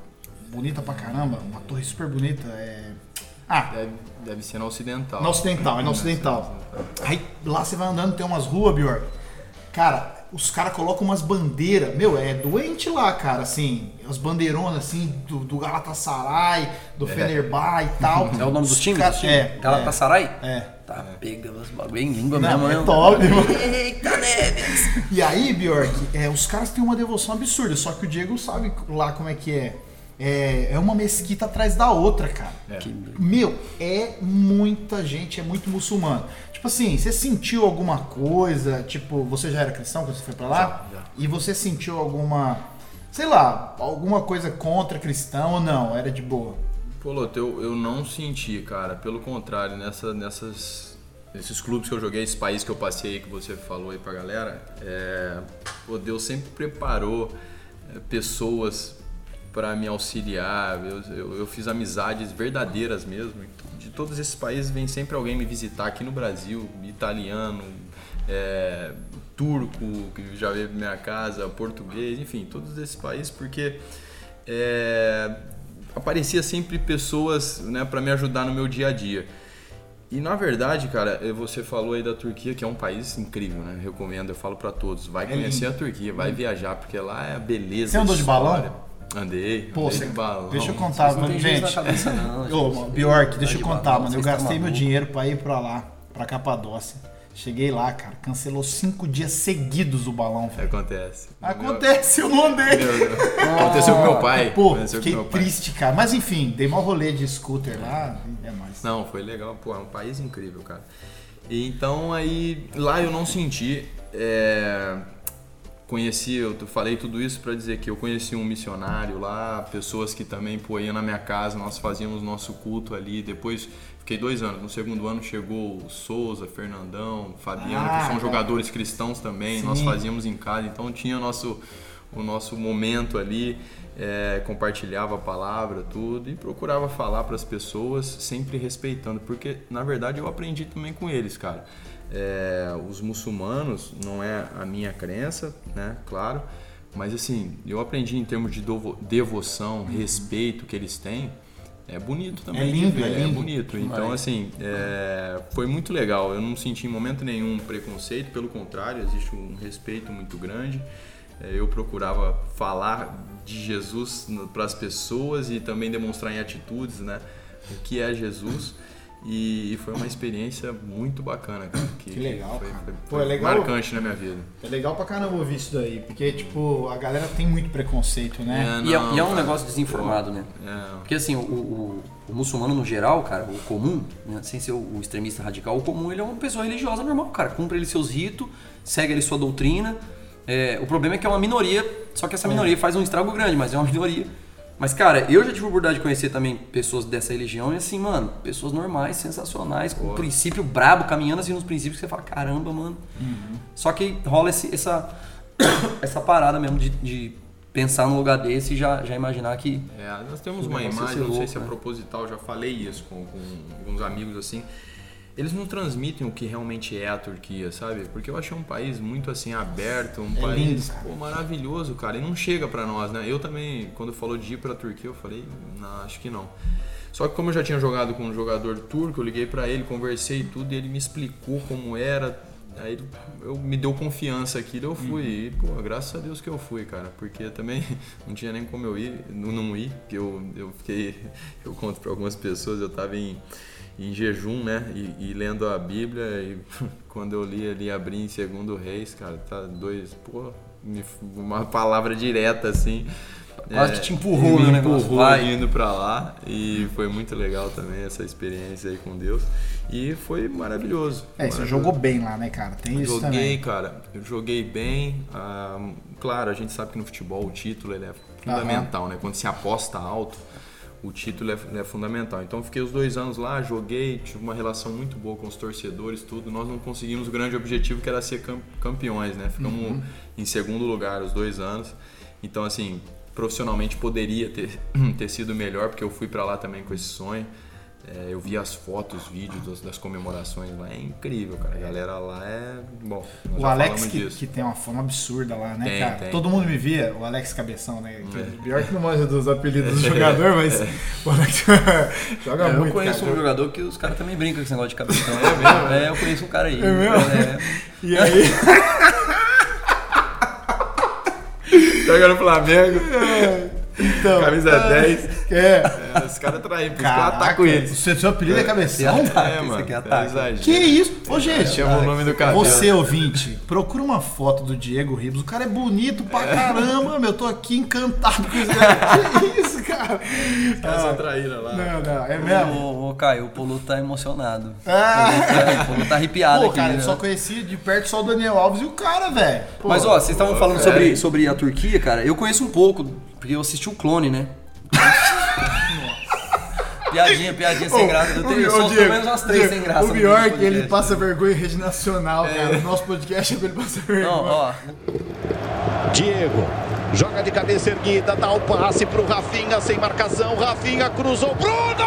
Speaker 1: bonita pra caramba, uma torre super bonita.
Speaker 5: Deve ser na Ocidental.
Speaker 1: Na Ocidental. Aí lá você vai andando, tem umas ruas, Bjork. Cara, os caras colocam umas bandeiras. Meu, é doente lá, cara, assim. As bandeironas, assim, do Galatasaray, do Fenerbahçe e tal.
Speaker 2: É o nome dos times? Galatasaray? Tá, pega os bagulho em língua mesmo.
Speaker 1: É top, mano.
Speaker 2: Eita, Neves!
Speaker 1: E aí, Bjork, os caras têm uma devoção absurda, só que o Diego sabe lá como é que é. É uma mesquita atrás da outra, cara. Meu, é muita gente, é muito muçulmano. Tipo assim, você sentiu alguma coisa? Tipo, você já era cristão quando você foi pra lá?
Speaker 5: Já.
Speaker 1: E você sentiu alguma, sei lá, alguma coisa contra cristão ou não? Era de boa?
Speaker 5: Pô, Loto, eu não senti, cara. Pelo contrário, nesses clubes que eu joguei, esses países que eu passei aí, que você falou aí pra galera, Deus sempre preparou pessoas para me auxiliar. Eu fiz amizades verdadeiras mesmo. De todos esses países vem sempre alguém me visitar aqui no Brasil, italiano, turco, que já veio pra minha casa, português, enfim, todos esses países, porque aparecia sempre pessoas, né, para me ajudar no meu dia a dia. E na verdade, cara, você falou aí da Turquia, que é um país incrível, né? Recomendo, eu falo para todos, vai conhecer a Turquia, vai viajar, porque lá é a beleza.
Speaker 1: Você andou de balão?
Speaker 5: Andei de balão.
Speaker 1: Deixa eu contar, mano, gente. Bjork, deixa eu contar, mano. Eu gastei meu dinheiro pra ir pra lá, pra Capadócia. Cheguei lá, cara, cancelou 5 dias seguidos o balão. Acontece, eu não andei.
Speaker 5: Aconteceu com meu pai.
Speaker 1: Pô, fiquei triste, cara. Mas enfim, dei mó rolê de scooter lá, é nóis.
Speaker 5: Não, foi legal. Pô, é um país incrível, cara. E então aí, lá eu não senti... Conheci, eu falei tudo isso para dizer que eu conheci um missionário lá, pessoas que também iam na minha casa, nós fazíamos nosso culto ali. Depois fiquei 2 anos, no segundo ano chegou o Souza, Fernandão, Fabiano, que são jogadores cristãos também. Sim. Nós fazíamos em casa, então tinha o nosso momento ali, compartilhava a palavra, tudo, e procurava falar para as pessoas, sempre respeitando, porque na verdade eu aprendi também com eles, cara. Os muçulmanos, não é a minha crença, né, claro, mas assim, eu aprendi em termos de devoção, respeito que eles têm, é bonito também.
Speaker 1: É lindo,
Speaker 5: é bonito. Então, assim, foi muito legal. Eu não senti em momento nenhum preconceito, pelo contrário, existe um respeito muito grande. Eu procurava falar de Jesus para as pessoas e também demonstrar em atitudes, né, o que é Jesus. E foi uma experiência muito bacana, cara.
Speaker 1: Que legal, cara.
Speaker 5: Foi legal, marcante na minha vida.
Speaker 1: É legal pra caramba ouvir isso daí, porque, tipo, a galera tem muito preconceito, né?
Speaker 2: E é um negócio desinformado, né? Porque, assim, o muçulmano no geral, cara, o comum, né, sem ser o extremista radical, o comum, ele é uma pessoa religiosa normal, cara. Cumpre ele seus ritos, segue ele sua doutrina. O problema é que é uma minoria, só que essa minoria faz um estrago grande, mas é uma minoria. Mas, cara, eu já tive a oportunidade de conhecer também pessoas dessa religião e, assim, mano, pessoas normais, sensacionais, com um princípio brabo, caminhando assim nos princípios que você fala, caramba, mano. Só que rola essa parada mesmo de pensar num lugar desse e já imaginar que...
Speaker 5: nós temos uma imagem, não sei se é proposital, já falei isso com alguns amigos, assim. Eles não transmitem o que realmente é a Turquia, sabe? Porque eu achei um país muito assim aberto, um país maravilhoso, cara. E não chega pra nós, né? Eu também, quando falou de ir pra Turquia, eu falei, não, acho que não. Só que como eu já tinha jogado com um jogador turco, eu liguei pra ele, conversei tudo e ele me explicou como era. Aí eu me deu confiança aqui, daí eu fui. E, pô, graças a Deus que eu fui, cara. Porque também não tinha nem como eu ir, não ir. Porque eu conto pra algumas pessoas, eu tava em jejum, né, e lendo a Bíblia, e quando eu li ali, abri em 2 Reis, cara, tá uma palavra direta, assim.
Speaker 2: Quase te empurrou, né, negócio.
Speaker 5: Vai indo pra lá, e foi muito legal também essa experiência aí com Deus, e foi maravilhoso.
Speaker 1: Você jogou bem lá, né, cara? Tem isso também.
Speaker 5: Joguei, cara, eu joguei bem, claro, a gente sabe que no futebol o título ele é fundamental, né, quando se aposta alto, o título é fundamental. Então fiquei os 2 anos lá, joguei, tive uma relação muito boa com os torcedores, tudo. Nós não conseguimos o grande objetivo que era ser campeões, né? Ficamos em 2º lugar os 2 anos. Então, assim, profissionalmente poderia ter sido melhor, porque eu fui para lá também com esse sonho. Eu vi as fotos, os vídeos das comemorações lá, é incrível, cara. A galera lá é... Bom, nós
Speaker 1: O
Speaker 5: já
Speaker 1: Alex,
Speaker 5: falamos disso.
Speaker 1: que tem uma fama absurda lá, né,
Speaker 5: Tem,
Speaker 1: cara?
Speaker 5: tem.
Speaker 1: Todo mundo me via, o Alex Cabeção, né? Pior que não manja dos apelidos do jogador, mas o Alex joga
Speaker 2: Eu
Speaker 1: muito,
Speaker 2: conheço
Speaker 1: cara.
Speaker 2: um jogador que os caras também brincam com esse negócio de cabeção.
Speaker 5: É mesmo?
Speaker 2: Eu conheço um cara aí.
Speaker 1: É mesmo? E aí...
Speaker 5: Joga no Flamengo,
Speaker 1: Então,
Speaker 5: camisa 10. Os caras traem, por isso que eu
Speaker 1: Caraca,
Speaker 5: ataco eles.
Speaker 1: o seu apelido é Cabeção?
Speaker 2: Esse
Speaker 5: Mano,
Speaker 2: aqui é ataque.
Speaker 5: exagero.
Speaker 1: Que isso? Ô, gente,
Speaker 5: Chama o nome do cabelo.
Speaker 1: você, ouvinte, procura uma foto do Diego Ribas. O cara é bonito pra caramba, meu. Eu tô aqui encantado com isso. Que isso, cara?
Speaker 5: Os caras são traíra lá.
Speaker 1: Não, é mesmo?
Speaker 2: Ô, Caio, o Polo tá emocionado.
Speaker 1: Ah.
Speaker 2: O Polo tá arrepiado
Speaker 1: Pô,
Speaker 2: aqui.
Speaker 1: cara,
Speaker 2: né?
Speaker 1: eu só conhecia de perto só o Daniel Alves e o cara, velho. Pô,
Speaker 2: Mas ó, vocês estavam falando
Speaker 5: sério?
Speaker 2: sobre a Turquia, cara. Eu conheço um pouco, porque eu assisti o Clone, né? Piadinha sem graça. Eu tenho só pelo menos umas 3 sem graça.
Speaker 1: O
Speaker 2: no
Speaker 1: pior é que
Speaker 2: podcast.
Speaker 1: ele passa vergonha em rede nacional, cara. O nosso podcast é pra ele passar vergonha.
Speaker 2: Não, ó.
Speaker 6: Diego joga de cabeça erguida, dá o passe pro Rafinha sem marcação. Rafinha cruzou. Bruno!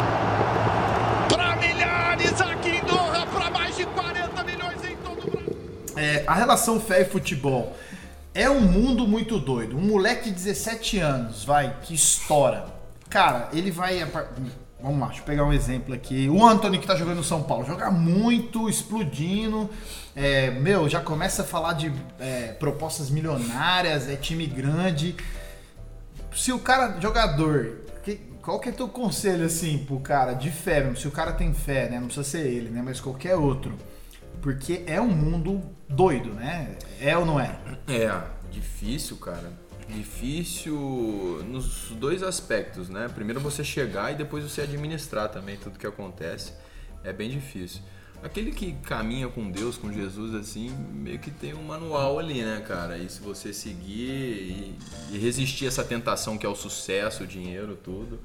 Speaker 6: Para milhares aqui em Doha, para mais de 40 milhões em todo o Brasil.
Speaker 1: A relação fé e futebol é um mundo muito doido. Um moleque de 17 anos, que estoura. Cara, ele vai... Vamos lá, deixa eu pegar um exemplo aqui. O Antony, que tá jogando no São Paulo, joga muito, explodindo. Já começa a falar de propostas milionárias, é time grande. Se o cara, jogador... Qual que é teu conselho, assim, pro cara de fé mesmo? Se o cara tem fé, né? Não precisa ser ele, né? Mas qualquer outro. Porque é um mundo doido, né? É ou não é?
Speaker 5: Difícil, cara. Difícil nos dois aspectos, né? Primeiro você chegar e depois você administrar também tudo que acontece. É bem difícil. Aquele que caminha com Deus, com Jesus, assim, meio que tem um manual ali, né, cara? E se você seguir e resistir a essa tentação que é o sucesso, o dinheiro, tudo,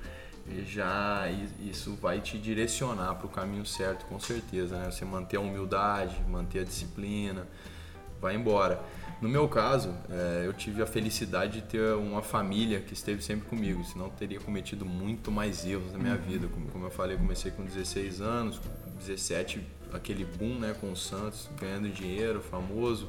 Speaker 5: isso vai te direcionar para o caminho certo, com certeza, né? Você manter a humildade, manter a disciplina, vai embora. No meu caso, eu tive a felicidade de ter uma família que esteve sempre comigo, senão eu teria cometido muito mais erros na minha vida. Como eu falei, eu comecei com 16 anos, com 17, aquele boom, né, com o Santos, ganhando dinheiro, famoso,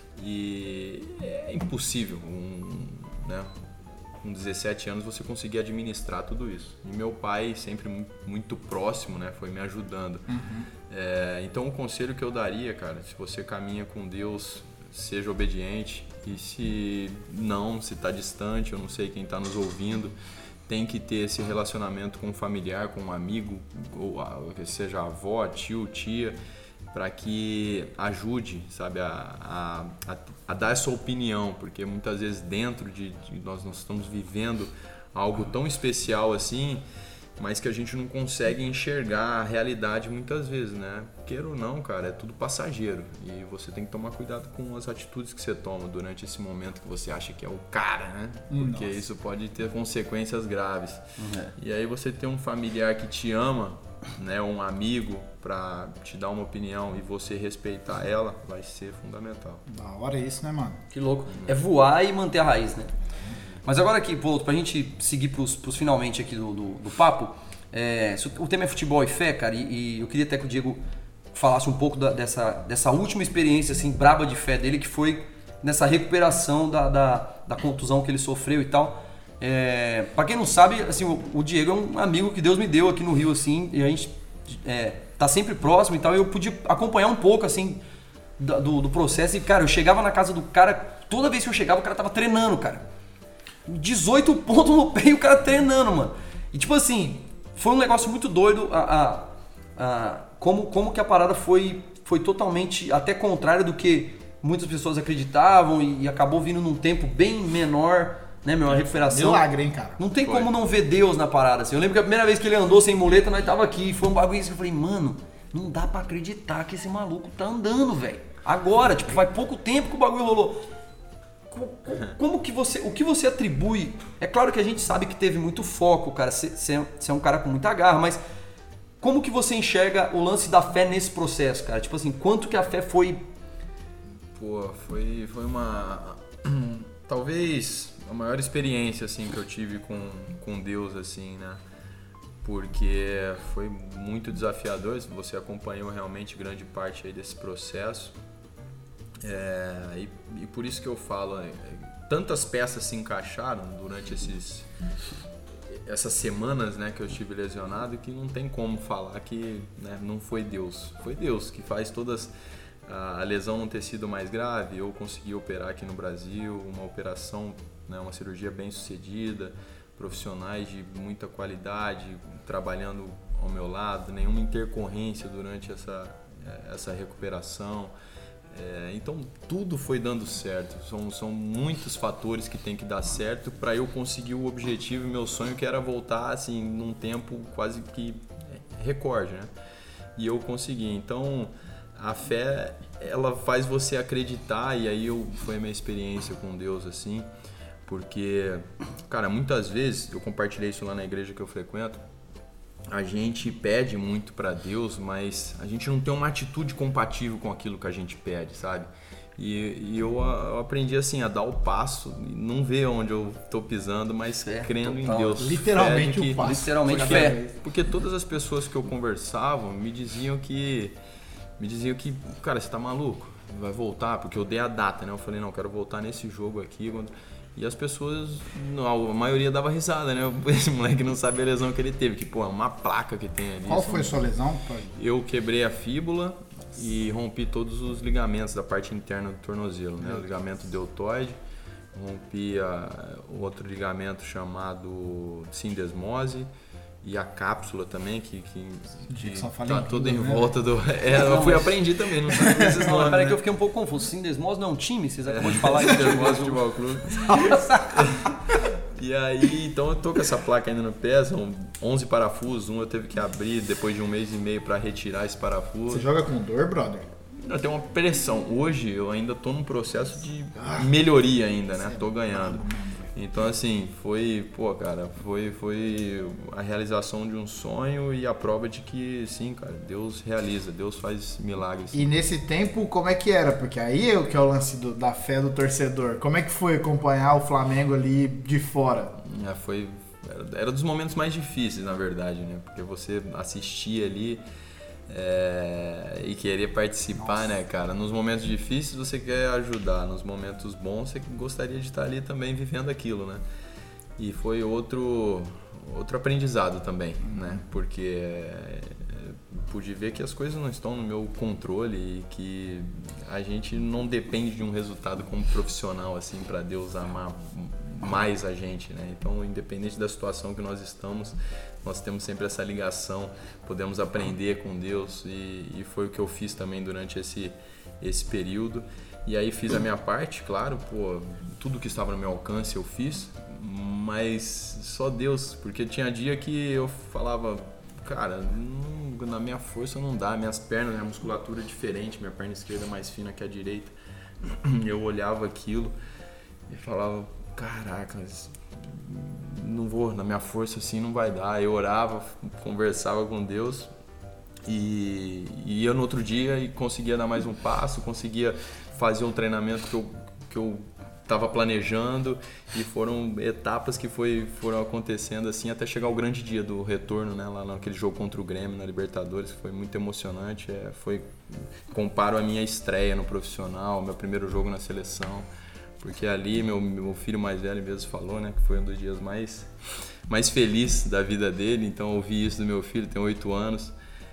Speaker 5: e é impossível, né, com 17 anos você conseguir administrar tudo isso. E meu pai, sempre muito próximo, né, foi me ajudando. Então o conselho que eu daria, cara, se você caminha com Deus, seja obediente, e se tá distante, eu não sei quem está nos ouvindo, tem que ter esse relacionamento com um familiar, com um amigo, ou seja avó, tio, tia, para que ajude, sabe, a dar essa opinião, porque muitas vezes dentro de nós estamos vivendo algo tão especial assim, mas que a gente não consegue enxergar a realidade muitas vezes, né? Queira ou não, cara, é tudo passageiro. E você tem que tomar cuidado com as atitudes que você toma durante esse momento que você acha que é o cara, né? Porque isso pode ter consequências graves. E aí você ter um familiar que te ama, né? Um amigo pra te dar uma opinião e você respeitar ela, vai ser fundamental.
Speaker 1: Da hora isso, né, mano?
Speaker 2: Que louco. É voar e manter a raiz, né? Mas agora aqui, Polo, pra gente seguir pros finalmente aqui do papo, o tema é futebol e fé, cara, e eu queria até que o Diego falasse um pouco dessa última experiência, assim, braba de fé dele, que foi nessa recuperação da contusão que ele sofreu e tal. Pra quem não sabe, assim, o Diego é um amigo que Deus me deu aqui no Rio, assim, e a gente tá sempre próximo e tal, e eu pude acompanhar um pouco, assim, do processo. E, cara, eu chegava na casa do cara, toda vez que eu chegava, o cara tava treinando, cara. 18 pontos no pé e o cara treinando, mano. E tipo assim, foi um negócio muito doido como que a parada foi totalmente até contrária do que muitas pessoas acreditavam e acabou vindo num tempo bem menor, né, meu? A recuperação.
Speaker 1: Milagre, hein, cara?
Speaker 2: Não tem como não ver Deus na parada, assim. Eu lembro que a primeira vez que ele andou sem muleta, nós tava aqui. Foi um bagulho assim que eu falei, mano, não dá pra acreditar que esse maluco tá andando, velho. Agora, tipo, faz pouco tempo que o bagulho rolou. O que você atribui? É claro que a gente sabe que teve muito foco, cara. Você é um cara com muita garra, mas como que você enxerga o lance da fé nesse processo, cara? Tipo assim, quanto que a fé foi...
Speaker 5: Pô, foi uma... Talvez a maior experiência, assim, que eu tive com Deus, assim, né? porque foi muito desafiador. Você acompanhou realmente grande parte aí desse processo. E por isso que eu falo, tantas peças se encaixaram durante essas semanas, né, que eu estive lesionado, que não tem como falar que, né, não foi Deus. Foi Deus que faz todas a lesão não ter sido mais grave. Eu consegui operar aqui no Brasil, uma operação, né, uma cirurgia bem sucedida, profissionais de muita qualidade trabalhando ao meu lado, nenhuma intercorrência durante essa recuperação. Então tudo foi dando certo. São muitos fatores que tem que dar certo para eu conseguir o objetivo e meu sonho, que era voltar assim num tempo quase que recorde, né? E eu consegui. Então a fé, ela faz você acreditar, e aí foi a minha experiência com Deus assim, porque, cara, muitas vezes eu compartilhei isso lá na igreja que eu frequento. A gente pede muito para Deus, mas a gente não tem uma atitude compatível com aquilo que a gente pede, sabe? E eu aprendi assim a dar o passo, não ver onde eu tô pisando, mas crendo
Speaker 2: total.
Speaker 5: em Deus.
Speaker 1: Literalmente o passo.
Speaker 2: Literalmente fé.
Speaker 5: Porque todas as pessoas que eu conversava me diziam que, cara, você tá maluco? Vai voltar? Porque eu dei a data, né? Eu falei, não, eu quero voltar nesse jogo aqui. E as pessoas, a maioria dava risada, né? Esse moleque não sabe a lesão que ele teve, que, pô, é uma placa que tem ali.
Speaker 1: Qual foi a sua lesão?
Speaker 5: Eu quebrei a fíbula e rompi todos os ligamentos da parte interna do tornozelo, né? O ligamento deltoide, rompi o outro ligamento chamado sindesmose, e a cápsula também, que tá toda em volta do... eu aprendi também, não sabe esses nomes,
Speaker 2: Peraí,
Speaker 5: né?
Speaker 2: que eu fiquei um pouco confuso. Sindesmose não é um time? Vocês acabou de falar isso?
Speaker 5: Sindesmose Futebol Clube. E aí, então eu tô com essa placa ainda no pé, são 11 parafusos, eu teve que abrir depois de 1 mês e meio para retirar esse parafuso.
Speaker 1: Você joga com dor, brother?
Speaker 5: Eu tenho uma pressão. Hoje eu ainda tô num processo de melhoria ainda, né? Tô ganhando. Então, assim, foi a realização de um sonho e a prova de que, sim, cara, Deus realiza, Deus faz milagres.
Speaker 1: E nesse tempo, como é que era? Porque aí é o que é o lance da fé do torcedor. Como é que foi acompanhar o Flamengo ali de fora?
Speaker 5: Era dos momentos mais difíceis, na verdade, né? Porque você assistia ali e querer participar, né, cara? Nos momentos difíceis você quer ajudar, nos momentos bons você gostaria de estar ali também vivendo aquilo, né? E foi outro aprendizado também, né? Porque pude ver que as coisas não estão no meu controle e que a gente não depende de um resultado como profissional, assim, para Deus amar mais a gente, né? Então, independente da situação que nós estamos, nós temos sempre essa ligação, podemos aprender com Deus, e foi o que eu fiz também durante esse período. E aí fiz a minha parte, claro, tudo que estava no meu alcance eu fiz, mas só Deus, porque tinha dia que eu falava, cara, na minha força não dá, minhas pernas, minha musculatura é diferente, minha perna esquerda é mais fina que a direita. Eu olhava aquilo e falava, caraca, não vou, na minha força assim não vai dar. Eu orava, conversava com Deus e ia no outro dia e conseguia dar mais um passo, conseguia fazer um treinamento que eu estava planejando, e foram etapas que foram acontecendo assim até chegar o grande dia do retorno, né, lá naquele jogo contra o Grêmio na Libertadores, que foi muito emocionante. Comparo a minha estreia no profissional, meu primeiro jogo na seleção, porque ali meu filho mais velho mesmo falou, né, que foi um dos dias mais felizes da vida dele. Então eu ouvi isso do meu filho, tem 8 anos.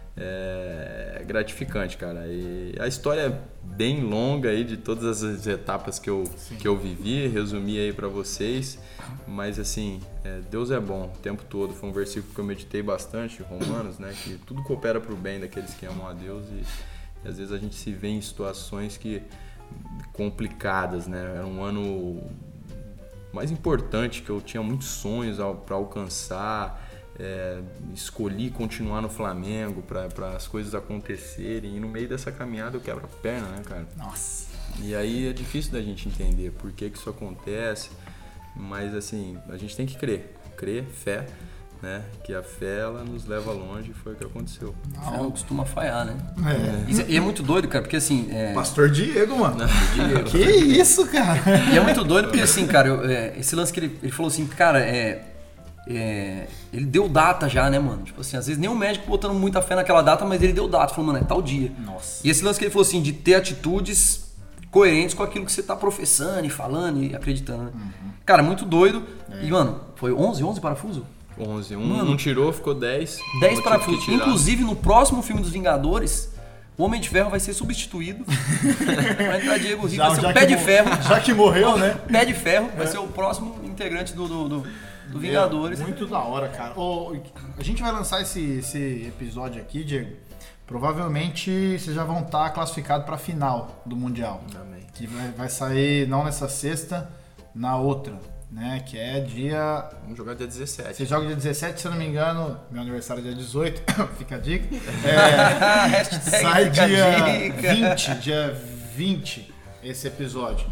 Speaker 5: É gratificante, cara. E a história é bem longa aí de todas as etapas que eu vivi, resumi aí pra vocês, mas assim, Deus é bom o tempo todo. Foi um versículo que eu meditei bastante, Romanos, né, que tudo coopera pro bem daqueles que amam a Deus, e às vezes a gente se vê em situações complicadas, né? Era um ano mais importante, que eu tinha muitos sonhos para alcançar. Escolhi continuar no Flamengo para as coisas acontecerem, e no meio dessa caminhada eu quebro a perna, né, cara?
Speaker 1: Nossa!
Speaker 5: E aí é difícil da gente entender por que isso acontece, mas assim, a gente tem que crer, fé, né? Que a fé, ela nos leva longe, e foi o que aconteceu.
Speaker 2: Não costuma falhar, né? E é muito doido, cara, porque assim...
Speaker 1: Pastor Diego, mano. Que isso, cara?
Speaker 2: E é muito doido porque assim, cara, esse lance que ele falou assim, cara, ele deu data já, né, mano? Tipo assim, às vezes nem o médico botando muita fé naquela data, mas ele deu data, falou, mano, é tal dia.
Speaker 1: Nossa.
Speaker 2: E esse lance que ele falou assim, de ter atitudes coerentes com aquilo que você tá professando e falando e acreditando, né? Cara, muito doido. E, mano, foi 11 parafusos?
Speaker 5: 11.
Speaker 2: Mano,
Speaker 5: Um tirou, ficou 10.
Speaker 2: 10
Speaker 5: Eu
Speaker 2: parafusos.
Speaker 5: tive que tirar.
Speaker 2: Inclusive, no próximo filme dos Vingadores, o Homem de Ferro vai ser substituído. Vai entrar Diego Ribas, vai ser o Pé de Ferro.
Speaker 1: Já que morreu, né?
Speaker 2: Pé de Ferro vai ser o próximo integrante do Vingadores.
Speaker 1: Muito da hora, cara. A gente vai lançar esse episódio aqui, Diego. Provavelmente vocês já vão estar classificados para a final do Mundial.
Speaker 5: Amém.
Speaker 1: Que vai sair não nessa sexta, na outra, né? Que é dia...
Speaker 5: Vamos jogar dia 17.
Speaker 1: Você joga dia 17, se eu não me engano, meu aniversário é dia 18, fica a dica.
Speaker 2: Hashtag
Speaker 1: Sai
Speaker 2: fica a
Speaker 1: dia
Speaker 2: dica.
Speaker 1: 20 esse episódio.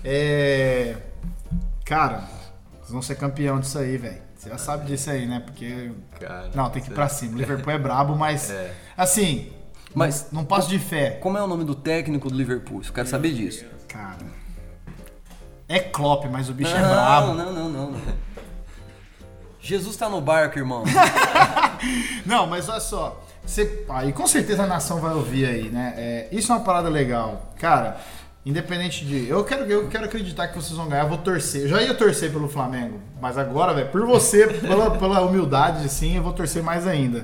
Speaker 1: Cara, vocês vão ser campeão disso aí, velho. Você já sabe disso aí, né? Porque...
Speaker 5: Cara,
Speaker 1: Não, tem que ir pra cima. O Liverpool é brabo, mas... Assim,
Speaker 2: Mas
Speaker 1: não passo de fé.
Speaker 2: como é o nome do técnico do Liverpool? Eu quero saber disso.
Speaker 1: Cara... É Klopp, mas o bicho é brabo.
Speaker 2: Não. Jesus tá no barco, irmão.
Speaker 1: Não, mas olha só. Aí com certeza a nação vai ouvir aí, né? Isso é uma parada legal. Cara, independente de... Eu quero acreditar que vocês vão ganhar, eu vou torcer. Eu já ia torcer pelo Flamengo, mas agora, velho, por você, pela humildade, assim, eu vou torcer mais ainda.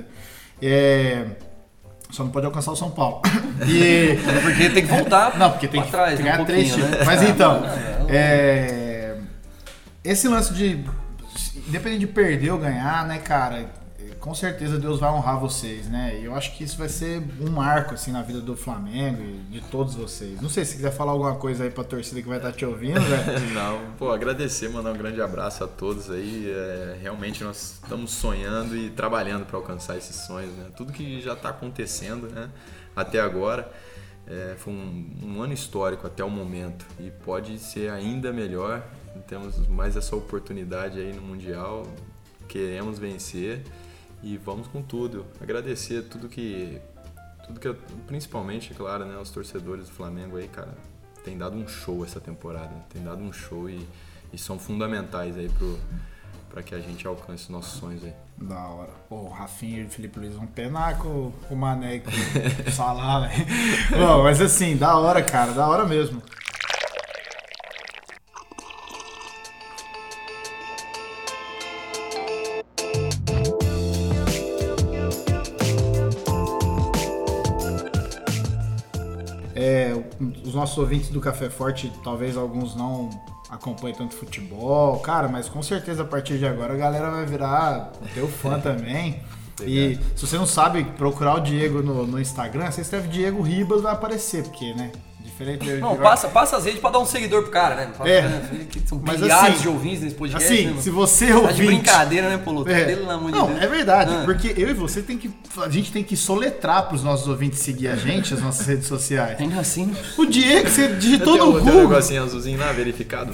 Speaker 1: Só não pode alcançar o São Paulo.
Speaker 2: Porque tem que voltar.
Speaker 1: Não, porque tem
Speaker 2: pra
Speaker 1: que
Speaker 2: trás,
Speaker 1: ganhar
Speaker 2: um
Speaker 1: 3
Speaker 2: pouquinho,
Speaker 1: títulos.
Speaker 2: né?
Speaker 1: Mas então, esse lance de... Independente de perder ou ganhar, né, cara... Com certeza Deus vai honrar vocês, né? E eu acho que isso vai ser um marco, assim, na vida do Flamengo e de todos vocês. Não sei se quiser falar alguma coisa aí pra torcida que vai estar te ouvindo, velho.
Speaker 5: Não, pô, agradecer, mandar um grande abraço a todos aí. Realmente nós estamos sonhando e trabalhando para alcançar esses sonhos, né? Tudo que já está acontecendo, né? Até agora foi um ano histórico até o momento e pode ser ainda melhor. Temos mais essa oportunidade aí no Mundial, queremos vencer e vamos com tudo. Agradecer tudo que principalmente, claro, né, os torcedores do Flamengo aí, cara, tem dado um show essa temporada, tem dado um show e são fundamentais aí para que a gente alcance os nossos sonhos aí.
Speaker 1: Da hora. Pô, o Rafinha e o Felipe Luiz vão penar com o Mané e com o Salah, velho. Bom, mas assim, da hora, cara, da hora mesmo. Os nossos ouvintes do Café Forte, talvez alguns não acompanhem tanto futebol, cara, mas com certeza a partir de agora a galera vai virar teu fã também. E se você não sabe procurar o Diego no Instagram, você escreve Diego Ribas, vai aparecer, porque, né? Diferente de...
Speaker 2: Não, passa as redes pra dar um seguidor pro cara, né? Que são
Speaker 1: Mas
Speaker 2: milhares
Speaker 1: assim,
Speaker 2: de ouvintes nesse podcast.
Speaker 1: Assim,
Speaker 2: né, mano?
Speaker 1: se você
Speaker 2: Tá
Speaker 1: ouvinte...
Speaker 2: de brincadeira, né, Polo? Pelo amor de
Speaker 1: Não,
Speaker 2: Deus.
Speaker 1: é verdade, porque eu e você a gente tem que soletrar pros nossos ouvintes seguir a gente, as nossas redes sociais.
Speaker 2: Ainda assim...
Speaker 1: O Diego, você digitou no
Speaker 5: Tem um
Speaker 1: Google.
Speaker 5: negocinho azulzinho lá, verificado.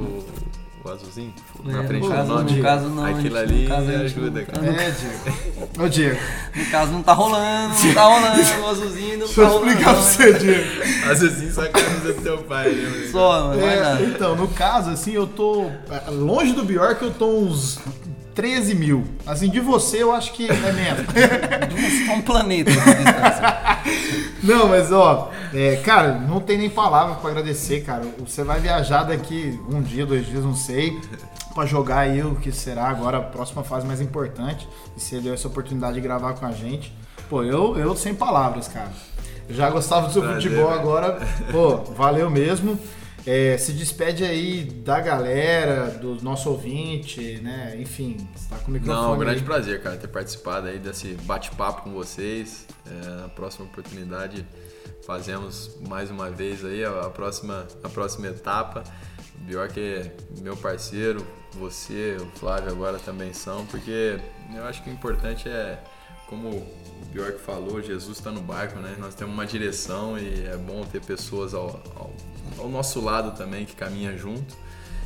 Speaker 5: O azulzinho, na frente do nome.
Speaker 2: No caso, não.
Speaker 5: Aquilo
Speaker 2: no
Speaker 5: ali
Speaker 2: caso, a gente
Speaker 5: ajuda,
Speaker 2: não-
Speaker 5: cara.
Speaker 1: Diego. Ô, Diego,
Speaker 2: No caso, não tá rolando, o azulzinho não
Speaker 1: deixa
Speaker 2: tá
Speaker 1: eu
Speaker 2: rolando.
Speaker 1: explicar pra você, Diego.
Speaker 5: Azulzinho só a camisa do teu pai, né?
Speaker 2: Só, mano, vai nada.
Speaker 1: Então, no caso, assim, eu tô longe do Bjork, eu tô uns 13 mil. Assim, de você eu acho que é menos.
Speaker 2: Tá um planeta de distância.
Speaker 1: Não, mas ó, cara, não tem nem palavra pra agradecer, cara. Você vai viajar daqui um dia, 2 dias, não sei, pra jogar aí o que será agora a próxima fase mais importante. E você deu essa oportunidade de gravar com a gente. Pô, eu sem palavras, cara. Eu já gostava do seu
Speaker 5: Prazer,
Speaker 1: futebol,
Speaker 5: velho.
Speaker 1: agora, pô, valeu mesmo. Se despede aí da galera, do nosso ouvinte, né? Enfim, você tá com o microfone.
Speaker 5: Não, um grande
Speaker 1: aí.
Speaker 5: prazer, cara, ter participado aí desse bate-papo com vocês. Na próxima oportunidade fazemos mais uma vez aí a próxima etapa. O Bjork é meu parceiro, você, o Flávio agora também são, porque eu acho que o importante é, como o Bjork falou, Jesus está no barco, né? Nós temos uma direção e é bom ter pessoas ao nosso lado também que caminham junto.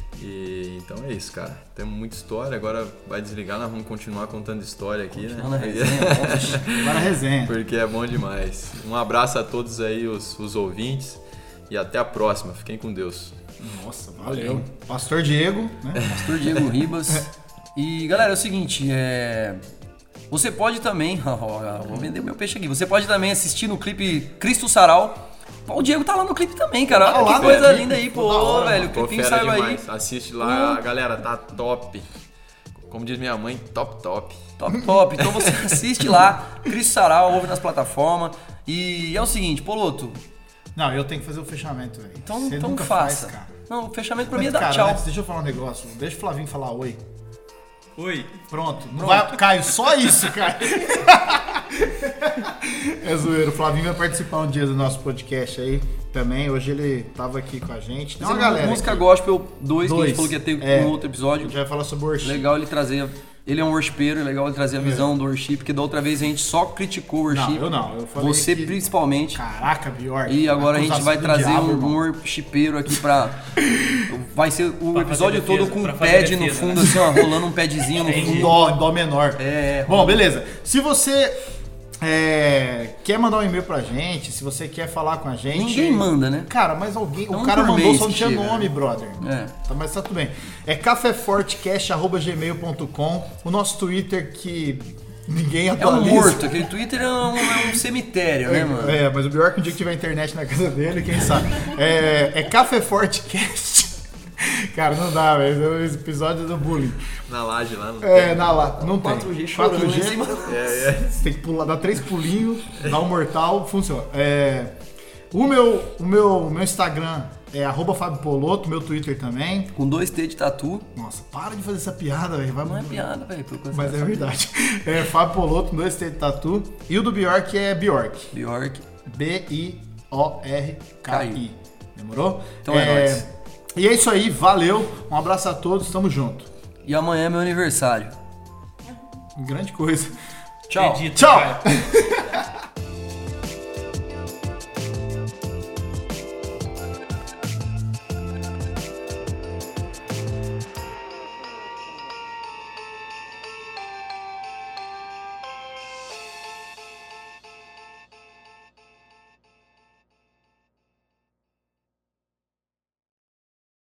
Speaker 5: E então é isso, cara. Temos muita história, agora vai desligar, nós vamos continuar contando história aqui, né?
Speaker 1: Agora a resenha.
Speaker 5: Porque é bom demais. Um abraço a todos aí, os ouvintes, e até a próxima. Fiquem com Deus.
Speaker 1: Nossa, valeu. Pastor Diego, né?
Speaker 2: Pastor Diego Ribas. E galera, é o seguinte, você pode também, vou vender meu peixe aqui, você pode também assistir no clipe Cristo Sarau. O Diego tá lá no clipe também, cara. Olha que coisa linda aí, pô, velho. O clipinho saiu aí.
Speaker 5: Assiste lá, galera, tá top. Como diz minha mãe, top.
Speaker 2: Top. Então você assiste lá, Cristo Sarau, ouve nas plataformas. E é o seguinte, Poloto.
Speaker 1: Não, eu tenho que fazer o fechamento, velho.
Speaker 2: Então
Speaker 1: nunca
Speaker 2: faça.
Speaker 1: Faz, cara.
Speaker 2: Não, o fechamento pra mim é
Speaker 1: Cara,
Speaker 2: dar tchau.
Speaker 1: Antes, deixa eu falar um negócio. Deixa o Flavinho falar oi.
Speaker 3: Oi.
Speaker 1: Pronto. Não vai, Caio, só isso, Caio. É zoeiro. O Flavinho vai participar um dia do nosso podcast aí também. Hoje ele tava aqui com a gente. Tem uma galera.
Speaker 2: Música
Speaker 1: aqui.
Speaker 2: Gospel 2, que a gente falou que ia ter um outro
Speaker 1: A
Speaker 2: episódio.
Speaker 1: gente vai falar sobre worship.
Speaker 2: Legal ele trazer. Ele é um worshipeiro, é legal ele trazer a visão do worship, porque da outra vez a gente só criticou o worship.
Speaker 1: Não, eu não. Eu falei
Speaker 2: você
Speaker 1: que...
Speaker 2: principalmente.
Speaker 1: Caraca, Bjork.
Speaker 2: E agora a gente vai trazer
Speaker 1: diabo,
Speaker 2: um worshipeiro aqui pra. Vai ser o
Speaker 3: Pra
Speaker 2: episódio
Speaker 3: fazer
Speaker 2: todo
Speaker 3: defesa,
Speaker 2: com um
Speaker 3: pra fazer
Speaker 2: pad no
Speaker 3: defesa,
Speaker 2: fundo,
Speaker 3: né?
Speaker 2: assim, ó, rolando um padzinho no
Speaker 1: Em
Speaker 2: fundo.
Speaker 1: dó menor. Bom, beleza. Se você quer mandar um e-mail pra gente, se você quer falar com a gente...
Speaker 2: Ninguém manda, né?
Speaker 1: Cara, mas alguém...
Speaker 2: Não
Speaker 1: o cara
Speaker 2: por
Speaker 1: mandou,
Speaker 2: mês
Speaker 1: só não
Speaker 2: que
Speaker 1: tinha
Speaker 2: chega,
Speaker 1: nome, brother. Tá, mas tá tudo bem. É cafefortecast@gmail.com. O nosso Twitter que ninguém
Speaker 2: É um
Speaker 1: atualiza.
Speaker 2: morto, aquele Twitter é um cemitério, né, mano?
Speaker 1: Mas o pior é que um dia que tiver internet na casa dele, quem sabe. É Cafefortecast. Cara, não dá, velho. Esse episódio é do bullying.
Speaker 5: Na laje lá. Não
Speaker 1: Na lá, não tem.
Speaker 2: 4G chorando
Speaker 1: 4G,
Speaker 2: em cima.
Speaker 1: Você tem que pular, dar 3 pulinhos, dar um mortal, funciona. O meu Instagram é @FabioPoloto, meu Twitter também.
Speaker 2: Com 2T de tatu.
Speaker 1: Nossa, para de fazer essa piada, velho.
Speaker 2: Não é piada, velho.
Speaker 1: Mas é verdade. É Fábio Poloto, 2T de tatu. E o do Bjork é Bjork.
Speaker 2: Bjork.
Speaker 1: Biorki. Demorou?
Speaker 2: Então é nóis.
Speaker 1: E é isso aí, valeu. Um abraço a todos, tamo junto.
Speaker 2: E amanhã é meu aniversário.
Speaker 1: Grande coisa.
Speaker 2: Tchau.
Speaker 3: Acredito,
Speaker 1: Tchau!
Speaker 3: cara.